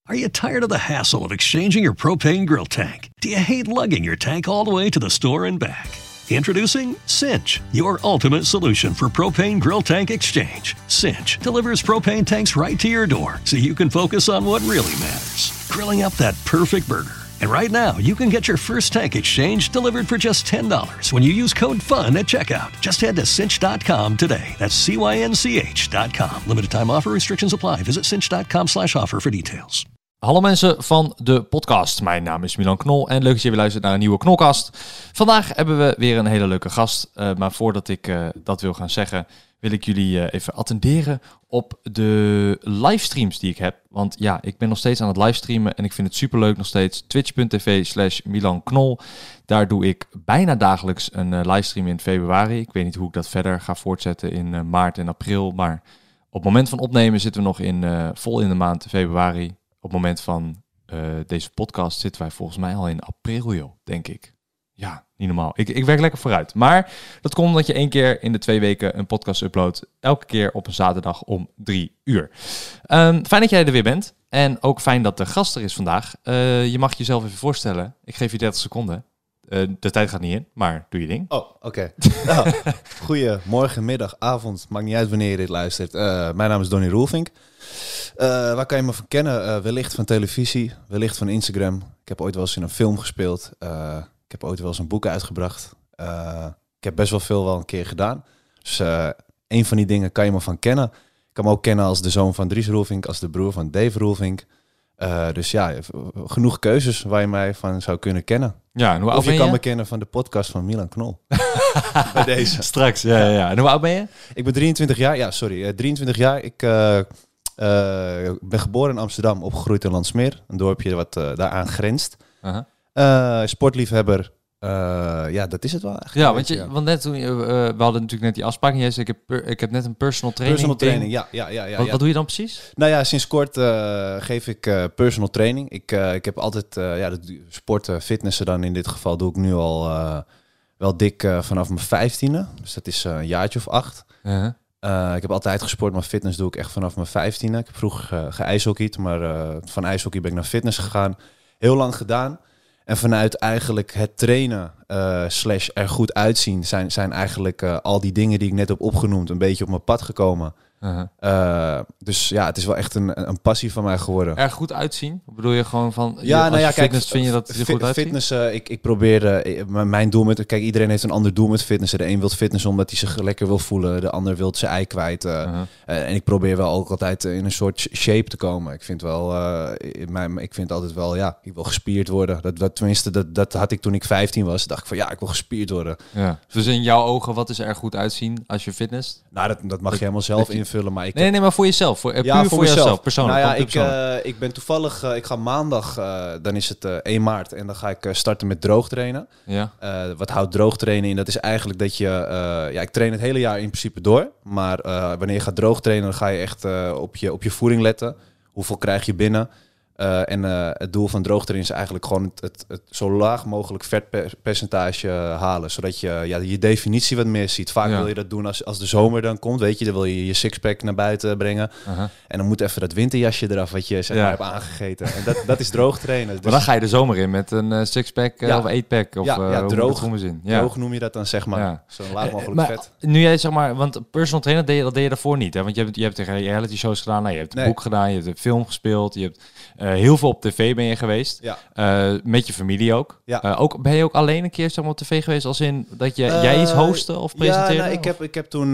Are you tired of the hassle of exchanging your propane grill tank? Do you hate lugging your tank all the way to the store and back? Introducing Cinch, your ultimate solution for propane grill tank exchange. Cinch delivers propane tanks right to your door so you can focus on what really matters, grilling up that perfect burger. And right now, you can get your first tank exchange delivered for just $10 when you use code FUN at checkout. Just head to cinch.com today. That's CYNCH.com. Limited time offer, restrictions apply. Visit cinch.com/offer for details. Hallo mensen van de podcast. Mijn naam is Milan Knol en leuk dat je weer luistert naar een nieuwe Knolkast. Vandaag hebben we weer een hele leuke gast. Maar voordat ik dat wil gaan zeggen, wil ik jullie even attenderen op de livestreams die ik heb. Want ja, ik ben nog steeds aan het livestreamen en ik vind het superleuk nog steeds. Twitch.tv/Milan Knol. Daar doe ik bijna dagelijks een livestream in februari. Ik weet niet hoe ik dat verder ga voortzetten in maart en april. Maar op het moment van opnemen zitten we nog vol in de maand februari. Op het moment van deze podcast zitten wij volgens mij al in april, joh, denk ik. Ja, niet normaal. Ik werk lekker vooruit. Maar dat komt omdat je 1 keer in de 2 weken een podcast uploadt. Elke keer op een zaterdag om 3 uur. Fijn dat jij er weer bent. En ook fijn dat de gast er is vandaag. Je mag jezelf even voorstellen. Ik geef je 30 seconden. De tijd gaat niet in, maar doe je ding. Oh, oké. Nou, goedemorgen, middag, avond. Maakt niet uit wanneer je dit luistert. Mijn naam is Donnie Roelvink. Waar kan je me van kennen? Wellicht van televisie, wellicht van Instagram. Ik heb ooit wel eens in een film gespeeld. Ik heb ooit wel eens een boek uitgebracht. Ik heb best wel veel wel een keer gedaan. Dus een van die dingen kan je me van kennen. Ik kan me ook kennen als de zoon van Dries Roelvink, als de broer van Dave Roelvink. Dus ja, genoeg keuzes waar je mij van zou kunnen kennen. Ja, en hoe oud of je ben kan je? me kennen van de podcast van Milan Knol. Bij deze. Straks, ja. En hoe oud ben je? Ik ben 23 jaar. Ja, sorry. 23 jaar. Ik ben geboren in Amsterdam, opgegroeid in Landsmeer. Een dorpje wat daaraan grenst. Sportliefhebber. Ja, dat is het wel eigenlijk. Ja, want net toen we hadden natuurlijk net die afspraak. En jij zei, ik heb net een personal training. Personal training, ja. Wat doe je dan precies? Nou ja, sinds kort geef ik personal training. Ik heb altijd sporten, fitnessen dan in dit geval doe ik nu al wel dik vanaf mijn 15e. Dus dat is een jaartje of 8. Ik heb altijd gesport, maar fitness doe ik echt vanaf mijn 15e. Ik heb vroeger geijshockeyd, maar van ijshockey ben ik naar fitness gegaan. Heel lang gedaan. En vanuit eigenlijk het trainen / er goed uitzien zijn eigenlijk al die dingen die ik net heb opgenoemd een beetje op mijn pad gekomen. Dus ja, het is wel echt een passie van mij geworden. Erg goed uitzien? Bedoel je gewoon van... Kijk, fitness vind je dat je goed uitziet? Fitness, ik probeer... mijn doel met... Kijk, iedereen heeft een ander doel met fitnessen. De een wil fitnessen omdat hij zich lekker wil voelen. De ander wil zijn ei kwijt. En ik probeer wel ook altijd in een soort shape te komen. Ik vind wel... ik vind altijd wel... Ja, ik wil gespierd worden. Dat had ik toen ik 15 was. Dacht ik van ja, ik wil gespierd worden. Ja. Dus in jouw ogen, wat is er erg goed uitzien als je fitnesst? Nou, dat mag je helemaal zelf invullen. Maar Nee, maar voor jezelf. Puur voor jezelf, persoonlijk. Nou ja, ik ben toevallig... ik ga maandag, dan is het 1 maart... en dan ga ik starten met droogtrainen. Ja. Wat houdt droogtrainen in? Dat is eigenlijk dat je... ik train het hele jaar in principe door. Maar wanneer je gaat droogtrainen... dan ga je echt op je voeding letten. Hoeveel krijg je binnen? Het doel van droogtrainen is eigenlijk gewoon het zo laag mogelijk vetpercentage halen. Zodat je je definitie wat meer ziet. Vaak wil je dat doen als de zomer dan komt. Weet je, dan wil je je sixpack naar buiten brengen. En dan moet even dat winterjasje eraf wat je zeg maar hebt aangegeten. En dat is droogtrainen. Dus... Maar dan ga je de zomer in met een sixpack of 8-pack. Of droog noem je dat dan zeg maar. Ja. Zo laag mogelijk vet. Nu jij zeg maar, want personal trainer dat deed je daarvoor niet. Hè? Want je hebt tegen reality shows gedaan. Nou, je hebt een boek gedaan. Je hebt een film gespeeld. Je hebt... heel veel op tv ben je geweest. Ja. Met je familie ook. Ja. Ben je ook alleen een keer zeg maar, op tv geweest? Als in dat jij iets hostte of presenteerde? Ja, ik heb toen...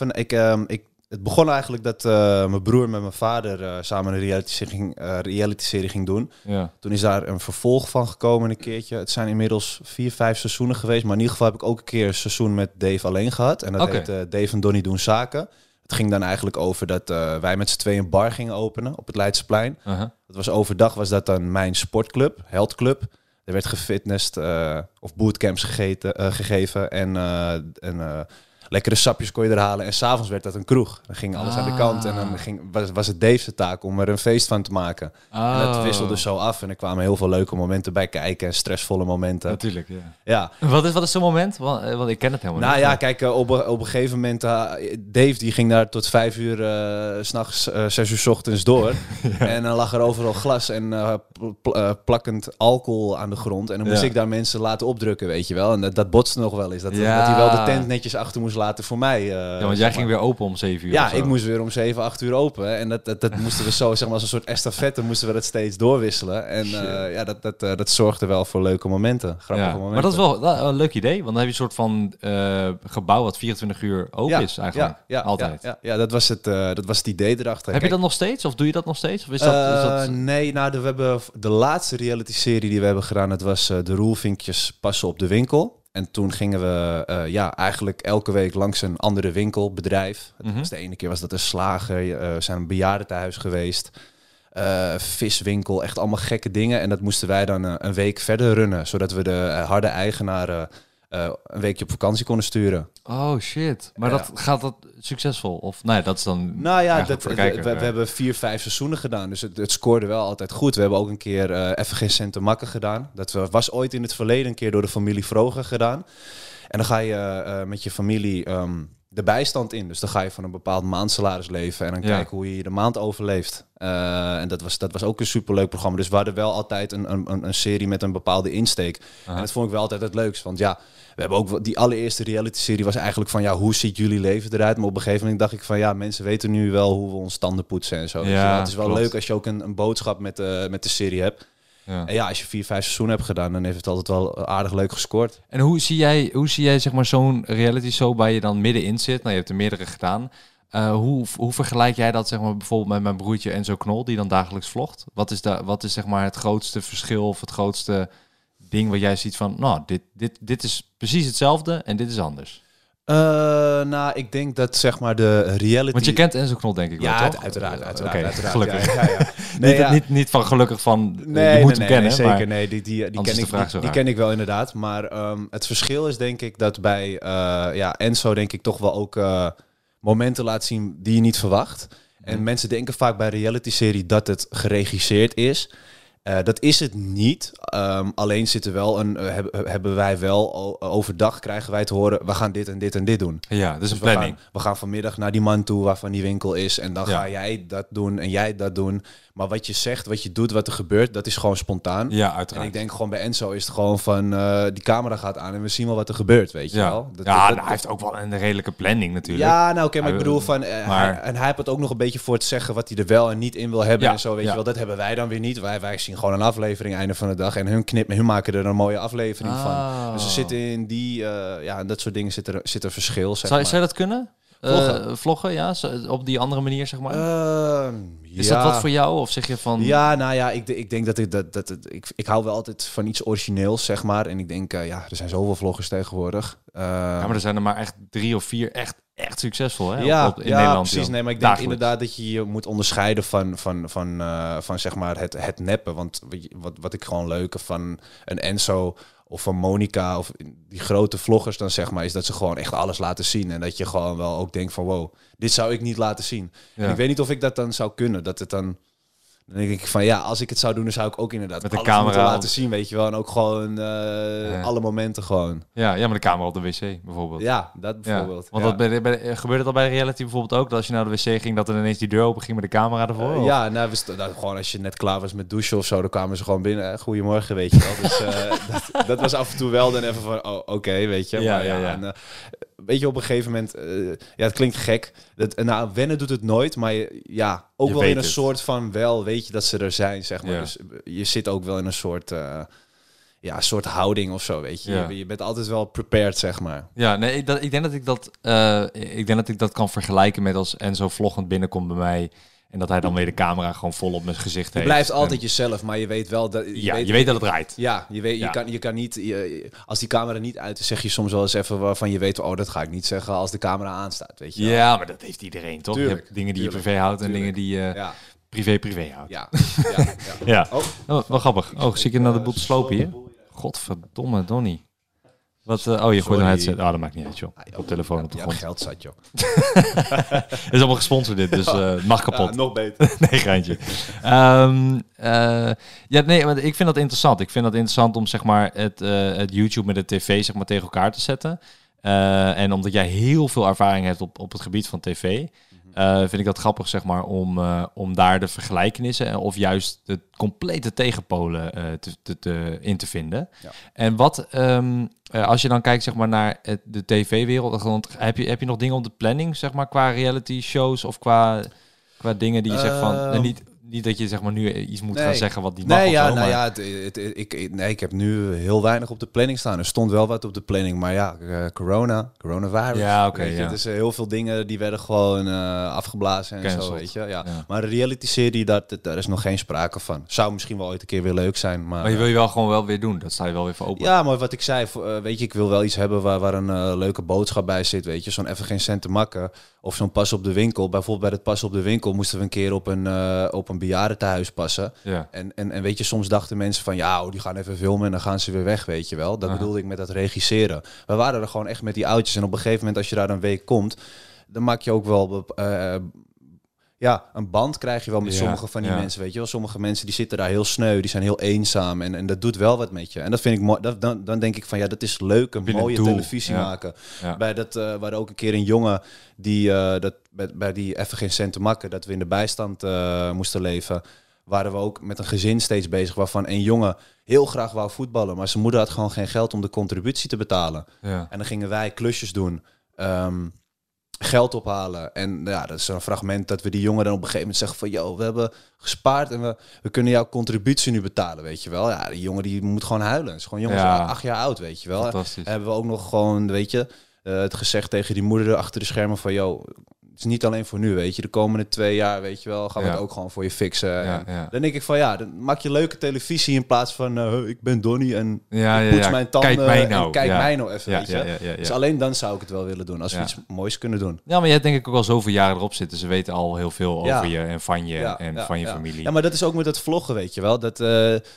het begon eigenlijk dat mijn broer met mijn vader samen een reality-serie ging doen. Ja. Toen is daar een vervolg van gekomen een keerje. Het zijn inmiddels 4-5 seizoenen geweest. Maar in ieder geval heb ik ook een keer een seizoen met Dave alleen gehad. En dat heet Dave en Donnie doen zaken. Het ging dan eigenlijk over dat wij met z'n tweeën een bar gingen openen op het Leidseplein. Dat was overdag, was dat dan mijn sportclub, Health Club. Er werd gefitnessd of bootcamps gegeven. En lekkere sapjes kon je er halen. En s'avonds werd dat een kroeg. Dan ging alles aan de kant. En dan was het Dave's taak om er een feest van te maken. En dat wisselde zo af. En er kwamen heel veel leuke momenten bij kijken. En stressvolle momenten. Natuurlijk, ja. Wat is zo'n moment? Want ik ken het helemaal niet. Nou ja, kijk, op een gegeven moment... Dave die ging daar tot 5 uur 'nachts, 6 uur 's ochtends door. En dan lag er overal glas en plakkend alcohol aan de grond. En dan moest ik daar mensen laten opdrukken, weet je wel. En dat botste nog wel eens. Dat hij wel de tent netjes achter moest laten voor mij. Want jij ging weer open om 7 uur. Ja, ik moest weer om 7, 8 uur open. En dat moesten we zo, zeg maar, als een soort estafette, moesten we dat steeds doorwisselen. En dat zorgde wel voor leuke momenten, grappige momenten. Maar dat is wel een leuk idee, want dan heb je een soort van gebouw wat 24 uur open is eigenlijk. Altijd. Ja, dat was het idee erachter. Heb je dat nog steeds? Of doe je dat nog steeds? Of is dat... Nee, we hebben de laatste reality-serie die we hebben gedaan, dat was de Roelvinkjes passen op de winkel. En toen gingen we eigenlijk elke week langs een andere winkelbedrijf. Dus de ene keer was dat een slager, we zijn een bejaardentehuis geweest. Viswinkel, echt allemaal gekke dingen. En dat moesten wij dan een week verder runnen, zodat we de harde eigenaren een weekje op vakantie konden sturen. Oh shit. Maar gaat dat succesvol? Of nee, dat is dan... Nou ja, we hebben 4-5 seizoenen gedaan. Dus het scoorde wel altijd goed. We hebben ook een keer even geen cent te makken gedaan. Dat was ooit in het verleden een keer door de familie Vroger gedaan. En dan ga je met je familie de bijstand in. Dus dan ga je van een bepaald maandsalaris leven en dan kijken hoe je de maand overleeft. En dat was ook een superleuk programma. Dus we hadden wel altijd een serie met een bepaalde insteek. En dat vond ik wel altijd het leukst. Want ja, we hebben ook die allereerste reality-serie was eigenlijk van hoe ziet jullie leven eruit? Maar op een gegeven moment dacht ik van mensen weten nu wel hoe we ons tanden poetsen en zo. Ja, dus het is wel leuk als je ook een boodschap met de serie hebt. Ja. En als je 4-5 seizoenen hebt gedaan, dan heeft het altijd wel aardig leuk gescoord. En hoe zie jij zeg maar zo'n reality show waar je dan middenin zit? Nou, je hebt er meerdere gedaan. Hoe vergelijk jij dat zeg maar bijvoorbeeld met mijn broertje Enzo Knol, die dan dagelijks vlogt? Wat is zeg maar het grootste verschil of het grootste ding waar jij ziet van, nou, dit is precies hetzelfde en dit is anders? Ik denk dat zeg maar de reality... Want je kent Enzo Knol denk ik wel, toch? Ja, uiteraard. Okay, gelukkig. Ja. Niet van gelukkig van, je moet hem kennen. Zeker, maar nee. Die ken ik wel inderdaad. Maar het verschil is denk ik dat bij Enzo denk ik toch wel ook momenten laat zien die je niet verwacht. En mensen denken vaak bij reality-serie dat het geregisseerd is. Dat is het niet. Alleen hebben wij wel overdag krijgen wij te horen, we gaan dit en dit en dit doen. Ja, dus een planning. We gaan vanmiddag naar die man toe waarvan die winkel is. En dan ga jij dat doen en jij dat doen. Maar wat je zegt, wat je doet, wat er gebeurt, dat is gewoon spontaan. Ja, uiteraard. En ik denk gewoon bij Enzo is het gewoon van, die camera gaat aan en we zien wel wat er gebeurt, weet je wel. Hij heeft ook wel een redelijke planning natuurlijk. Ja, nou oké, maar ik bedoel van, hij heeft het ook nog een beetje voor het zeggen wat hij er wel en niet in wil hebben en zo, weet je wel. Dat hebben wij dan weer niet. Wij zien gewoon een aflevering einde van de dag en hun maken er een mooie aflevering van. Dus ze zitten in die, dat soort dingen zit er verschil, zeg maar. Zou je dat kunnen? Vloggen, ja? Op die andere manier, zeg maar? Is dat wat voor jou? Of zeg je van... Ja, nou ja, ik denk dat ik hou wel altijd van iets origineels, zeg maar. En ik denk, er zijn zoveel vloggers tegenwoordig. maar er zijn er maar echt 3 of 4 echt succesvol, hè? Ja, in Nederland. Precies. Nee, maar ik denk inderdaad dat je moet onderscheiden van zeg maar het neppen. Want wat ik gewoon leuke van een Enzo of van Monica of die grote vloggers dan zeg maar, is dat ze gewoon echt alles laten zien. En dat je gewoon wel ook denkt van wow, dit zou ik niet laten zien. Ja. En ik weet niet of ik dat dan zou kunnen. Dat het dan denk ik van als ik het zou doen, dan zou ik ook inderdaad met de camera laten zien, weet je wel. En ook gewoon alle momenten gewoon. Ja, met de camera op de wc bijvoorbeeld. Ja, dat bijvoorbeeld. Want gebeurde het al bij reality bijvoorbeeld ook, dat als je naar de wc ging, dat er ineens die deur open ging met de camera ervoor? Gewoon als je net klaar was met douchen of zo, dan kwamen ze gewoon binnen. Goedemorgen, weet je wel. Dus dat was af en toe wel dan even van, oké, weet je. Ja. En, weet je, op een gegeven moment, het klinkt gek. Wennen doet het nooit, maar ook wel in een soort van weet je dat ze er zijn, zeg maar. Ja. Dus je zit ook wel in een soort, soort houding of zo, weet je. Ja. Je bent altijd wel prepared, zeg maar. Ja, nee, ik denk dat ik dat kan vergelijken met als Enzo vloggend binnenkomt bij mij. En dat hij dan weer de camera gewoon vol op mijn gezicht heeft. Je blijft altijd jezelf, maar je weet wel dat... Je weet dat het draait. Ja, je kan niet... als die camera niet uit is, zeg je soms wel eens even waarvan je weet... dat ga ik niet zeggen als de camera aanstaat, weet je wel. Ja, maar dat heeft iedereen, toch? Tuurlijk, je hebt dingen die je privé houdt en dingen die je privé houdt. Ja. Oh, wel grappig. Oh, zie ik je naar de boel te slopen hier? Godverdomme, Donnie. Wat, je gooit Sorry. een headset. Dat maakt niet uit, joh. Op telefoon op de Ja, grond. geld zat, joh. Het is allemaal gesponsord dit, dus het mag kapot. Ja, nog beter. Nee, geintje. Maar ik vind dat interessant. Ik vind dat interessant om zeg maar het YouTube met de tv zeg maar tegen elkaar te zetten. En omdat jij heel veel ervaring hebt op het gebied van tv, vind ik dat grappig zeg maar om daar de vergelijkenissen of juist de complete tegenpolen in te vinden. Ja. En wat als je dan kijkt zeg maar naar de tv-wereld, heb je nog dingen op de planning zeg maar qua reality shows of qua dingen die je zegt van niet dat je zeg maar nu iets moet gaan zeggen wat die mag ik heb nu heel weinig op de planning staan. Er stond wel wat op de planning, maar ja, coronavirus. Ja, oké. Dus heel veel dingen die werden gewoon afgeblazen en Cancelled. zo, weet je. Ja. Maar een reality-serie, daar is nog geen sprake van. Zou misschien wel ooit een keer weer leuk zijn, maar je wil je wel gewoon wel weer doen. Dat sta je wel weer voor open. Ja, maar wat ik zei, weet je, ik wil wel iets hebben waar een leuke boodschap bij zit, weet je. Zo'n even geen cent te makken. Of zo'n pas op de winkel. Bijvoorbeeld bij het pas op de winkel moesten we een keer op een bejaardentehuis passen. Ja. En weet je, soms dachten mensen van die gaan even filmen en dan gaan ze weer weg, weet je wel. Dat bedoelde ik met dat regisseren. We waren er gewoon echt met die oudjes. En op een gegeven moment, als je daar een week komt, dan maak je ook wel een band krijg je wel met sommige van die mensen, weet je wel. Sommige mensen die zitten daar heel sneu, die zijn heel eenzaam en dat doet wel wat met je. En dat vind ik mooi. Dan denk ik van dat is leuk, een mooie televisie maken. Ja. Bij dat waar ook een keer een jongen die bij die even geen cent te makken, dat we in de bijstand moesten leven, waren we ook met een gezin steeds bezig waarvan een jongen heel graag wou voetballen, maar zijn moeder had gewoon geen geld om de contributie te betalen. Ja. En dan gingen wij klusjes doen. Geld ophalen. En dat is een fragment dat we die jongen dan op een gegeven moment zeggen van we hebben gespaard en we kunnen jouw contributie nu betalen, weet je wel. Ja, die jongen die moet gewoon huilen. Het is gewoon jongens 8 jaar oud, weet je wel. Fantastisch. Hebben we ook nog gewoon, weet je, het gezegd tegen die moeder achter de schermen van het is niet alleen voor nu, weet je. De komende 2 jaar, weet je wel, gaan we het ook gewoon voor je fixen. Dan denk ik van dan maak je leuke televisie in plaats van ik ben Donnie en ik poets mijn tanden. Kijk mij nou. Kijk mij nou even, weet je. Dus alleen dan zou ik het wel willen doen, als we iets moois kunnen doen. Ja, maar je hebt denk ik ook al zoveel jaren erop zitten. Ze weten al heel veel over je en van je en van je familie. Ja, maar dat is ook met het vloggen, weet je wel. Dat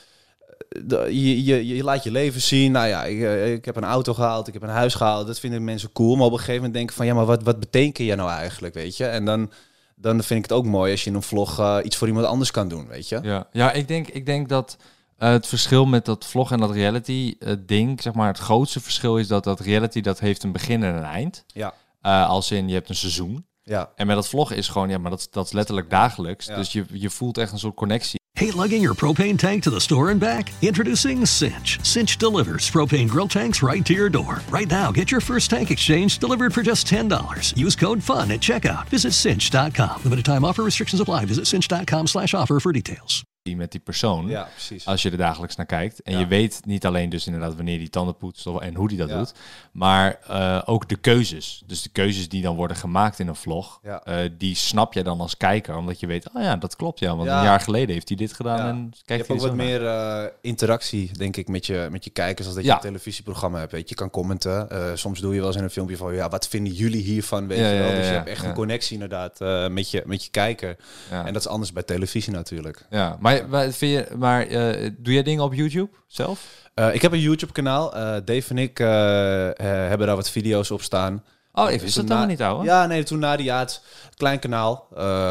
je laat je leven zien. Ik heb een auto gehaald, ik heb een huis gehaald. Dat vinden mensen cool. Maar op een gegeven moment denk ik van maar wat betekent je nou eigenlijk, weet je? En dan vind ik het ook mooi als je in een vlog iets voor iemand anders kan doen, weet je? Ja, ik denk dat het verschil met dat vlog en dat reality ding, zeg maar, het grootste verschil is dat reality dat heeft een begin en een eind. Ja. Als in je hebt een seizoen. Ja. En met dat vlog is gewoon, maar dat is letterlijk dagelijks. Ja. Dus je voelt echt een soort connectie. Hey, lugging your propane tank to the store and back? Introducing Cinch. Cinch delivers propane grill tanks right to your door. Right now, get your first tank exchange delivered for just $10. Use code FUN at checkout. Visit cinch.com. Limited time offer, restrictions apply. Visit cinch.com/offer for details. Met die persoon, als je er dagelijks naar kijkt. En je weet niet alleen dus inderdaad wanneer die tanden poetst en hoe die dat doet, maar ook de keuzes. Dus de keuzes die dan worden gemaakt in een vlog, die snap je dan als kijker, omdat je weet, dat klopt want een jaar geleden heeft hij dit gedaan. En je hebt ook wat meer interactie, denk ik, met je kijkers, als dat je een televisieprogramma hebt. Weet je, kan commenten. Soms doe je wel eens in een filmpje van, wat vinden jullie hiervan? Weet je wel? Dus je hebt echt een connectie inderdaad met je kijker. Ja. En dat is anders bij televisie natuurlijk. Ja, maar doe jij dingen op YouTube zelf? Ik heb een YouTube-kanaal. Dave en ik hebben daar wat video's op staan. Is dat dan niet, ouwe? Ja, nee, toen na die klein kanaal.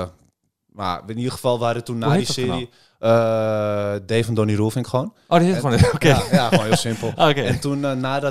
Maar in ieder geval waren toen na die serie Dave en Donnie Roelvink gewoon. Die heet gewoon. Oké. Ja, gewoon heel simpel. Okay. En toen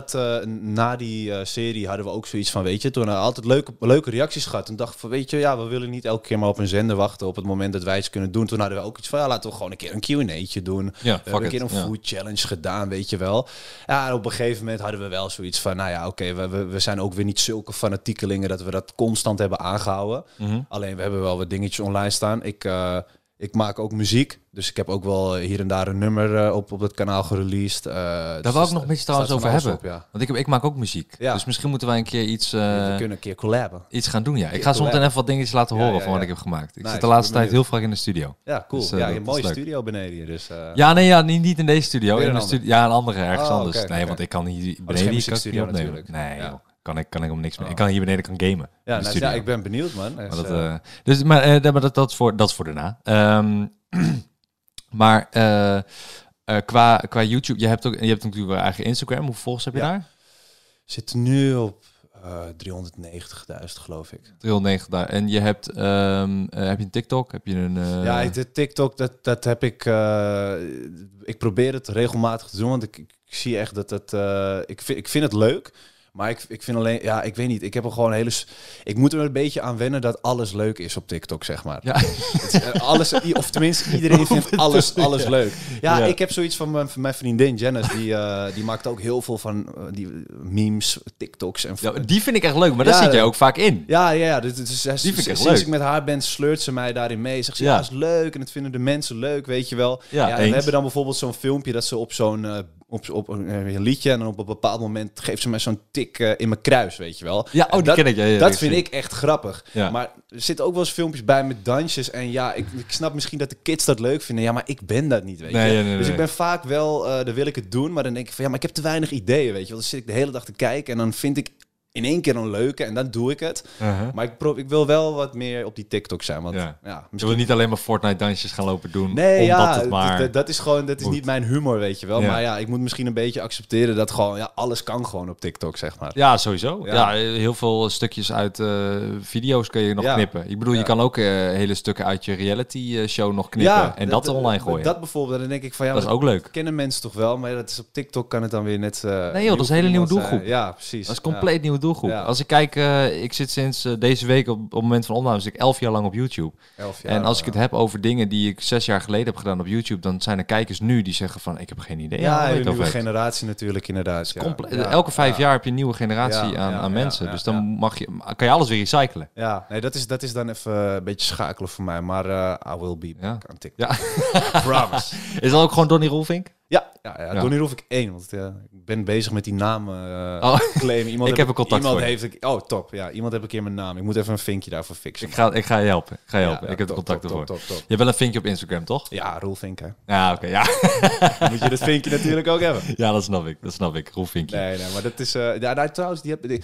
na die serie hadden we ook zoiets van, weet je, toen altijd leuke reacties gehad. En dacht van, weet je, we willen niet elke keer maar op een zender wachten op het moment dat wij iets kunnen doen. Toen hadden we ook iets van, laten we gewoon een keer een Q&A'tje doen. We hebben een keer een food challenge gedaan, weet je wel. Ja, en op een gegeven moment hadden we wel zoiets van, we zijn ook weer niet zulke fanatiekelingen dat we dat constant hebben aangehouden. Mm-hmm. Alleen we hebben wel wat dingetjes online staan. Ik maak ook muziek, dus ik heb ook wel hier en daar een nummer op het kanaal gereleased. Daar wil ik nog een beetje trouwens over hebben. Want ik maak ook muziek. Ja. Dus misschien moeten wij een keer iets... we kunnen een keer collaben. Iets gaan doen, Ik ga zometeen even wat dingetjes laten horen van wat ik heb gemaakt. Ik zit de laatste tijd heel vaak in de studio. Ja, cool. Dus, een mooie studio beneden hier. Dus, niet in deze studio. In een andere, ergens anders. Okay. Want ik kan hier beneden die studio natuurlijk. Nee, joh. Kan ik om niks mee. Ik kan hier beneden gamen. Ja, ik ben benieuwd, man. Maar dat is voor daarna. Maar qua YouTube, je hebt natuurlijk een eigen Instagram. Hoeveel volgers heb je daar? Zit nu op 390.000 geloof ik. 390 daar. En je hebt, heb je een TikTok? Heb je een... Ja, de TikTok, dat heb ik... ik probeer het regelmatig te doen, want ik zie echt dat het... ik vind het leuk, maar ik vind alleen... Ja, ik weet niet. Ik heb er gewoon ik moet er een beetje aan wennen dat alles leuk is op TikTok, zeg maar. Ja. Alles, of tenminste, iedereen vindt alles leuk. Ja, Ja. ik heb zoiets van mijn vriendin Janice, die maakt ook heel veel van die memes, TikToks en... Ja, die vind ik echt leuk, maar daar Ja, zit jij ook vaak in. Ja. Dus, Die vind ik echt sinds leuk. ik met haar ben, sleurt ze mij daarin mee. Zegt ze, Ja. ja, is leuk en het vinden de mensen leuk, weet je wel. Ja, en we eens. hebben dan bijvoorbeeld zo'n filmpje dat ze op zo'n... op een liedje en dan op een bepaald moment geeft ze mij zo'n tik in mijn kruis, weet je wel. Ja, die dat, ken ik. Ja, dat vind ik echt grappig. Ja. Maar er zitten ook wel eens filmpjes bij met dansjes. En ja, ik snap misschien dat de kids dat leuk vinden. Ja, maar ik ben dat niet, weet je. Nee. Dus ik ben vaak wel, dan wil ik het doen. Maar dan denk ik van, ja, maar ik heb te weinig ideeën, weet je wel. Dan zit ik de hele dag te kijken en dan vind ik in één keer een leuke en dan doe ik het. Uh-huh. Maar ik wil wel wat meer op die TikTok zijn. Want Ja. ja, Je wil niet alleen maar Fortnite-dansjes gaan lopen doen, Nee, omdat ja, het maar... dat is gewoon, dat is moet. niet mijn humor, weet je wel. Ja. Maar ja, ik moet misschien een beetje accepteren dat gewoon, ja, alles kan gewoon op TikTok, zeg maar. Ja, sowieso. Ja. Ja, heel veel stukjes uit video's kun je nog Ja. knippen. Ik bedoel, je Ja. kan ook hele stukken uit je reality show nog knippen en dat online gooien. Dat bijvoorbeeld, dan denk ik van, ja, Dat is maar ook leuk. kennen mensen toch wel, maar dat is op TikTok kan het dan weer net... Nee joh, dat is een hele nieuwe doelgroep. Ja, precies. Dat is een compleet nieuwe doelgroep. Ja. Als ik kijk, ik zit sinds deze week op het moment van opname, zit ik 11 jaar lang op YouTube. 11 jaar, En als ik het heb over dingen die ik 6 jaar geleden heb gedaan op YouTube, dan zijn er kijkers nu die zeggen van, ik heb geen idee. Ja, waar je een het over nieuwe hebt. generatie natuurlijk, inderdaad. Ja. Ja. Elke 5 jaar heb je een nieuwe generatie Ja, aan ja, mensen. ja, Dus dan ja. kan je alles weer recyclen. Ja, nee, dat is dan even een beetje schakelen voor mij. Maar I will be back on TikTok. Ja. Promise. Is dat ook gewoon Donnie Roelvink? Ja. Ja. Donnie Roelvink 1, want ik ben bezig met die naam claimen. Iemand Ik heb een contact iemand voor je. heeft, oh, top. Ja, iemand heb een keer mijn naam. Ik moet even een vinkje daarvoor fixen. Ik ga je helpen. Ja, Ik heb de top, contacten top, voor. top, top. Je hebt wel een vinkje op Instagram, toch? Ja, Roelvink, hè. Ja, oké. Ja. Dan moet je dat vinkje natuurlijk ook hebben. Ja, dat snap ik. Roelvinkje. Nee, maar dat is... trouwens,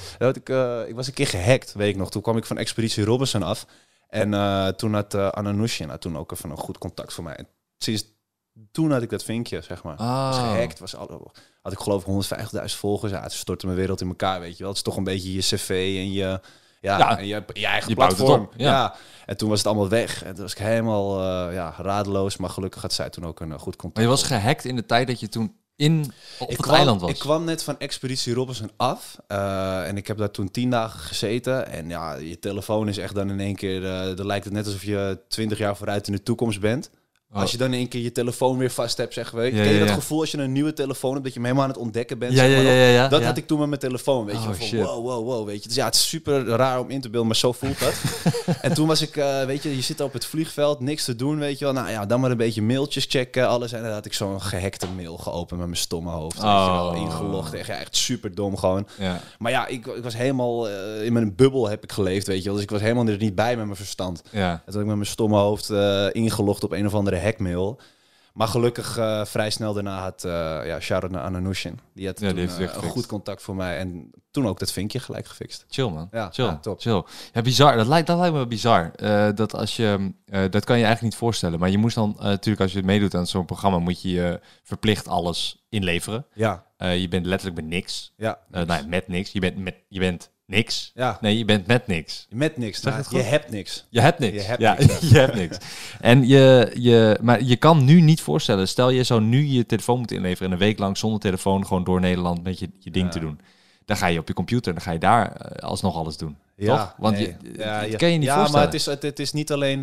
ik was een keer gehackt, weet ik nog. Toen kwam ik van Expeditie Robinson af. En toen had Anna Nushin toen ook even een goed contact voor mij. En sinds toen had ik dat vinkje, zeg maar. Was gehackt, had ik geloof ik 150.000 volgers. Ja, het stortte mijn wereld in elkaar, weet je wel. Het is toch een beetje je cv en je... Ja, en je eigen je bouwt het platform. op, ja. En toen was het allemaal weg. En toen was ik helemaal radeloos. Maar gelukkig had zij toen ook een goed contact. Maar je was gehackt in de tijd dat je toen op het kwam, eiland was. Ik kwam net van Expeditie Robinson af. En ik heb daar toen 10 dagen gezeten. En ja, je telefoon is echt dan in één keer... dan lijkt het net alsof je 20 jaar vooruit in de toekomst bent. Oh. Als je dan in één keer je telefoon weer vast hebt, zeg maar. Ja, Ken je dat ja. gevoel als je een nieuwe telefoon hebt, dat je hem helemaal aan het ontdekken bent? Ja, zeg maar, ja. Dat Ja. had ik toen met mijn telefoon, weet je. Oh, Van, shit. wow, weet je. Dus ja, het is super raar om in te beelden, maar zo voelt dat. En toen was ik, weet je zit op het vliegveld, niks te doen, weet je wel. Nou ja, dan maar een beetje mailtjes checken, alles. En dan had ik zo'n gehackte mail geopend met mijn stomme hoofd. Weet je wel, ingelogd. Echt super dom gewoon. Ja. Maar ja, ik was helemaal in mijn bubbel heb ik geleefd, weet je wel. Dus ik was helemaal er niet bij met mijn verstand. Ja. En toen had ik met mijn stomme hoofd ingelogd op een of andere hackmail. Maar gelukkig vrij snel daarna had shout-out naar Anna Nushin. Die had Ja, die toen, heeft het weer een gefixt. goed contact voor mij. En toen ook dat vinkje gelijk gefixt. Chill man. Ja, Chill. ja, top. Chill. Ja, bizar. Dat lijkt me bizar. Dat als je, dat kan je eigenlijk niet voorstellen. Maar je moest dan natuurlijk als je het meedoet aan zo'n programma, moet je verplicht alles inleveren. Ja, Je bent letterlijk met niks. ja. Met niks. Je bent niks. Ja, Nee, je bent met niks. met niks. Zeg Nou, het je goed? hebt niks. Je hebt niks. Je hebt ja, niks, je hebt niks. En maar je kan nu niet voorstellen, stel je zou nu je telefoon moeten inleveren en een week lang zonder telefoon gewoon door Nederland met je ding te doen. Dan ga je op je computer en dan ga je daar alsnog alles doen. Ja, toch? Want nee. dat kan je niet voorstellen. Maar het is niet alleen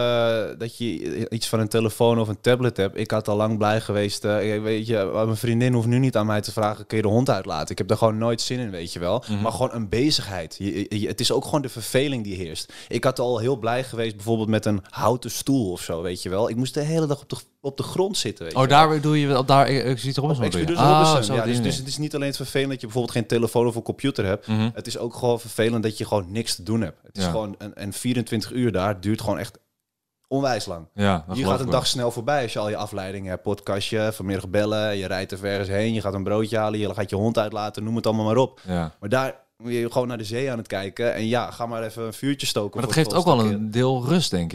dat je iets van een telefoon of een tablet hebt. Ik had al lang blij geweest. Weet je, mijn vriendin hoeft nu niet aan mij te vragen, kun je de hond uitlaten? Ik heb daar gewoon nooit zin in, weet je wel. Maar gewoon een bezigheid. Het is ook gewoon de verveling die heerst. Ik had al heel blij geweest bijvoorbeeld met een houten stoel of zo, weet je wel. Ik moest de hele dag op de grond zitten, weet je wel. Daar doe je op daar Expeditie Robinson. Expeditie doe je. Robinson. Zo Ja, die dus het is niet alleen het vervelend dat je bijvoorbeeld geen telefoon of een computer hebt. Het is ook gewoon vervelend dat je gewoon niks te doen hebt. Het is gewoon en 24 uur daar duurt gewoon echt onwijs lang. Ja, Je gaat een dag snel voorbij als je al je afleidingen hebt. Podcastje, vanmiddag bellen, je rijdt er ergens heen, je gaat een broodje halen, je gaat je hond uitlaten, noem het allemaal maar op. Ja. Maar daar moet je gewoon naar de zee aan het kijken en ja, ga maar even een vuurtje stoken. Maar dat voor geeft het ook wel volgende een deel rust, denk ik.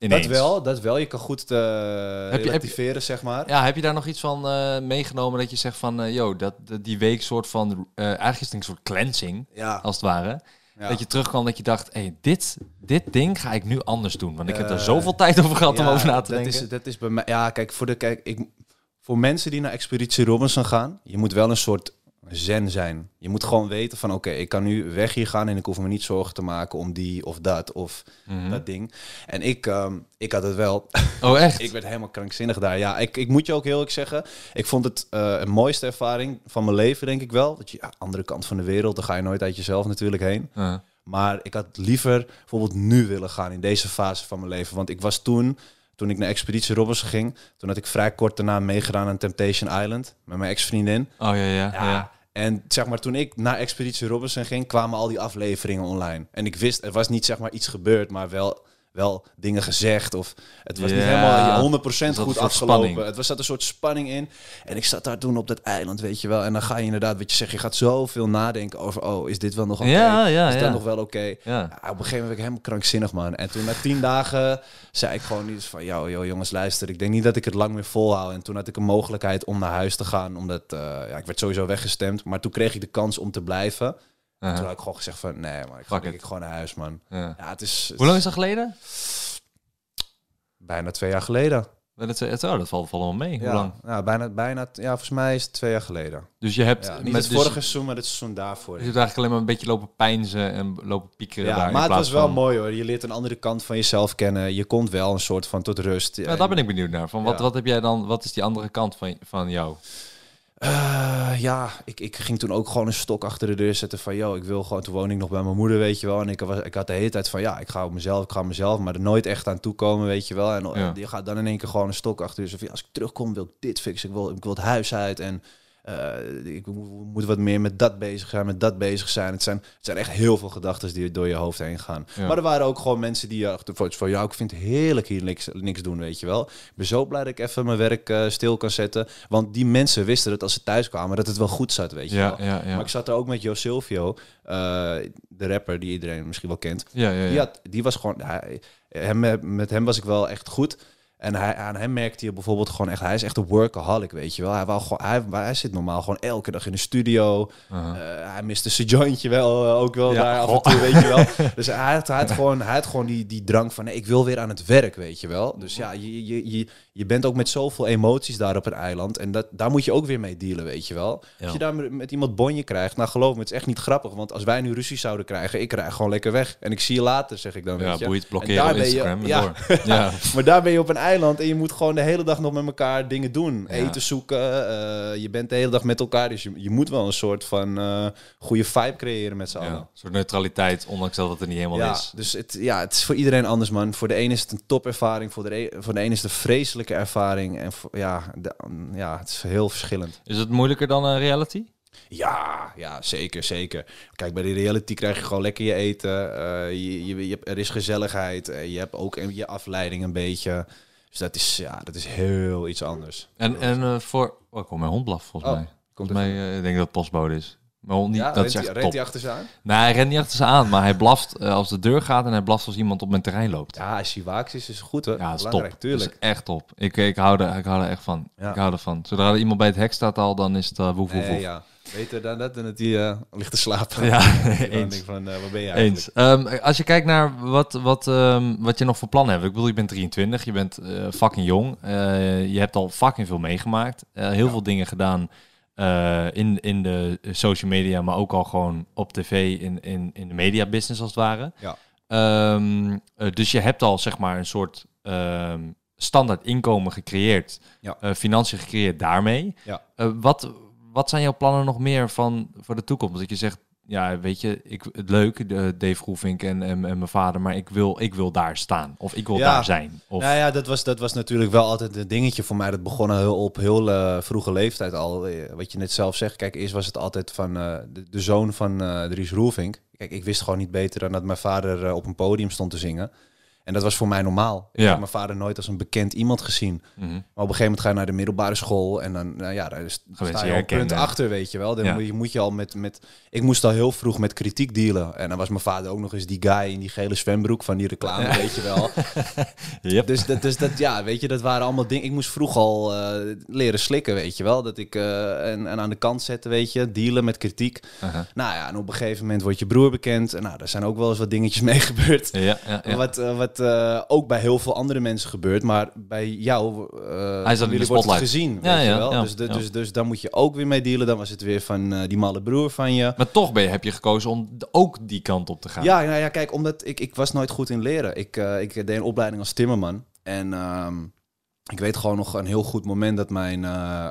Ineens. Dat wel. Je kan goed relativeren, zeg maar. Ja, heb je daar nog iets van meegenomen dat je zegt van... die week soort van... eigenlijk is het een soort cleansing, Ja. als het ware. Ja. Dat je terugkwam dat je dacht... Hey, dit ding ga ik nu anders doen. Want ik heb er zoveel tijd over gehad om over na te denken. Dat is bij mij... Ja, kijk, voor mensen die naar Expeditie Robinson gaan... Je moet wel een soort zen zijn. Je moet gewoon weten van... Oké, ik kan nu weg hier gaan... en ik hoef me niet zorgen te maken om die of dat... of dat ding. En ik had het wel. Oh, echt? Ik werd helemaal krankzinnig daar. Ja, ik moet je ook heel erg zeggen... Ik vond het een mooiste ervaring van mijn leven, denk ik wel. Dat je, andere kant van de wereld... daar ga je nooit uit jezelf natuurlijk heen. Maar ik had liever bijvoorbeeld nu willen gaan... in deze fase van mijn leven. Want ik was toen ik naar Expeditie Robinson ging... toen had ik vrij kort daarna meegedaan aan Temptation Island... met mijn ex-vriendin. Oh, ja. En zeg maar, toen ik naar Expeditie Robinson ging... kwamen al die afleveringen online. En ik wist, er was niet zeg maar iets gebeurd... maar wel dingen gezegd. Of het was niet helemaal 100% goed afgelopen. Spanning. Het zat een soort spanning in. En ik zat daar toen op dat eiland, weet je wel. En dan ga je inderdaad, wat je zegt, je gaat zoveel nadenken over... oh, is dit wel nog oké? Is dat nog wel oké? Ja. Ja, op een gegeven moment werd ik helemaal krankzinnig, man. En toen na 10 dagen zei ik gewoon iets van... yo, jongens, luister, ik denk niet dat ik het lang meer volhoud. En toen had ik een mogelijkheid om naar huis te gaan. Omdat, ik werd sowieso weggestemd. Maar toen kreeg ik de kans om te blijven... Toen had ik gewoon gezegd van, nee, maar ik ga denk ik gewoon naar huis, man. Ja, het is... Hoe lang is dat geleden? Bijna 2 jaar geleden. Dat valt wel mee. Hoe lang? Ja, bijna, volgens mij is het 2 jaar geleden. Dus je hebt... niet het vorige seizoen, maar het seizoen daarvoor. Je hebt eigenlijk alleen maar een beetje lopen pijnzen en lopen piekeren. Ja, daar, maar het was wel mooi, hoor. Je leert een andere kant van jezelf kennen. Je komt wel een soort van tot rust. Ja, daar ben ik benieuwd naar. Van wat heb jij dan... Wat is die andere kant van jou? Ik ging toen ook gewoon een stok achter de deur zetten van... ik wil gewoon... Toen woonde ik nog bij mijn moeder, weet je wel. En ik had de hele tijd van... ik ga mezelf, maar er nooit echt aan toekomen, weet je wel. En je gaat dan in één keer gewoon een stok achter de deur. Van, als ik terugkom, wil ik dit fixen. Ik wil het huis uit en... ik moet wat meer met dat bezig zijn. Het zijn echt heel veel gedachten die door je hoofd heen gaan. Ja. Maar er waren ook gewoon mensen die van... ik vind het heerlijk hier niks doen, weet je wel. Ik ben zo blij dat ik even mijn werk stil kan zetten. Want die mensen wisten dat als ze thuis kwamen... dat het wel goed zat, weet je wel. Ja. Maar ik zat er ook met Jo Silvio, de rapper die iedereen misschien wel kent. Die was gewoon... Met hem was ik wel echt goed... En aan hem merkte je bijvoorbeeld gewoon echt... Hij is echt een workaholic, weet je wel. Hij zit normaal gewoon elke dag in de studio. Hij miste zijn jointje wel, ook wel daar af en toe, weet je wel. Dus hij had gewoon die drang van... nee, ik wil weer aan het werk, weet je wel. Dus ja, je bent ook met zoveel emoties daar op een eiland. En daar moet je ook weer mee dealen, weet je wel. Ja. Als je daar met iemand bonje krijgt... nou, geloof me, het is echt niet grappig. Want als wij nu ruzie zouden krijgen... ik krijg gewoon lekker weg. En ik zie je later, zeg ik dan, weet je. Ja, boeit, blokkeren op Instagram. Ja. Maar daar ben je op een eiland en je moet gewoon de hele dag nog met elkaar dingen doen. Ja. Eten zoeken, je bent de hele dag met elkaar. Dus je moet wel een soort van goede vibe creëren met z'n allen. Een soort neutraliteit, ondanks dat het er niet helemaal is. Dus het is voor iedereen anders, man. Voor de ene is het een topervaring, voor de ene is het een vreselijke ervaring. En het is heel verschillend. Is het moeilijker dan reality? Ja, zeker. Kijk, bij de reality krijg je gewoon lekker je eten. Er is gezelligheid. Je hebt ook je afleiding een beetje. Dus dat is heel iets anders. En voor... Oh, kom mijn hond blaf volgens mij. Volgens mij, ik denk dat het postbode is. Mijn hond niet, dat is echt top. Rent hij achter ze aan? Nee, hij rent niet achter ze aan, maar hij blaft als de deur gaat en hij blaft als iemand op mijn terrein loopt. Ja, als hij waaks is goed, hè? Ja, dat is top. Tuurlijk. Dat is echt top. Ik hou er echt van. Ja. Ik hou ervan. Zodra er iemand bij het hek staat al, dan is het woef. Ja. Beter dan dat en dat hij ligt te slapen. Ja, eens. Denk van, wat ben je eigenlijk? Eens. Als je kijkt naar wat je nog voor plannen hebt. Ik bedoel, je bent 23, je bent fucking jong. Je hebt al fucking veel meegemaakt. Heel veel dingen gedaan in de social media, maar ook al gewoon op tv in de media business als het ware. Ja. Dus je hebt al zeg maar een soort standaard inkomen gecreëerd. Ja. Financiën gecreëerd daarmee. Ja. Wat zijn jouw plannen nog meer voor de toekomst? Dat je zegt, ja, weet je, het leuk, Dave Roelvink en mijn vader, maar ik wil daar staan. Of ik wil daar zijn. Of... Nou ja, dat was natuurlijk wel altijd een dingetje voor mij. Dat begon op heel vroege leeftijd al. Wat je net zelf zegt. Kijk, eerst was het altijd van de zoon van Dries Roelvink. Kijk, ik wist gewoon niet beter dan dat mijn vader op een podium stond te zingen. En dat was voor mij normaal. Ik Ja. heb mijn vader nooit als een bekend iemand gezien. Mhm. Maar op een gegeven moment ga je naar de middelbare school en dan, daar mensen sta je je al herkennen. punt achter, weet je wel. Dan Ja. moet je al met... Ik moest al heel vroeg met kritiek dealen. En dan was mijn vader ook nog eens die guy in die gele zwembroek van die reclame, weet je wel. Yep. Dus dat, ja, weet je, dat waren allemaal dingen. Ik moest vroeg al leren slikken, weet je wel. Dat ik en aan de kant zetten, weet je, dealen met kritiek. Uh-huh. Nou ja, en op een gegeven moment wordt je broer bekend. En nou, daar zijn ook wel eens wat dingetjes mee gebeurd. Ja. Wat ook bij heel veel andere mensen gebeurt, maar bij jou Hij zat in de wordt het spotlight. gezien, Ja, weet ja, je wel. ja, Dus daar moet je ook weer mee dealen. Dan was het weer van die malle broer van je. Maar toch heb je gekozen om ook die kant op te gaan. Ja, nou ja, kijk, omdat ik was nooit goed in leren. Ik deed een opleiding als timmerman. En ik weet gewoon nog een heel goed moment dat mijn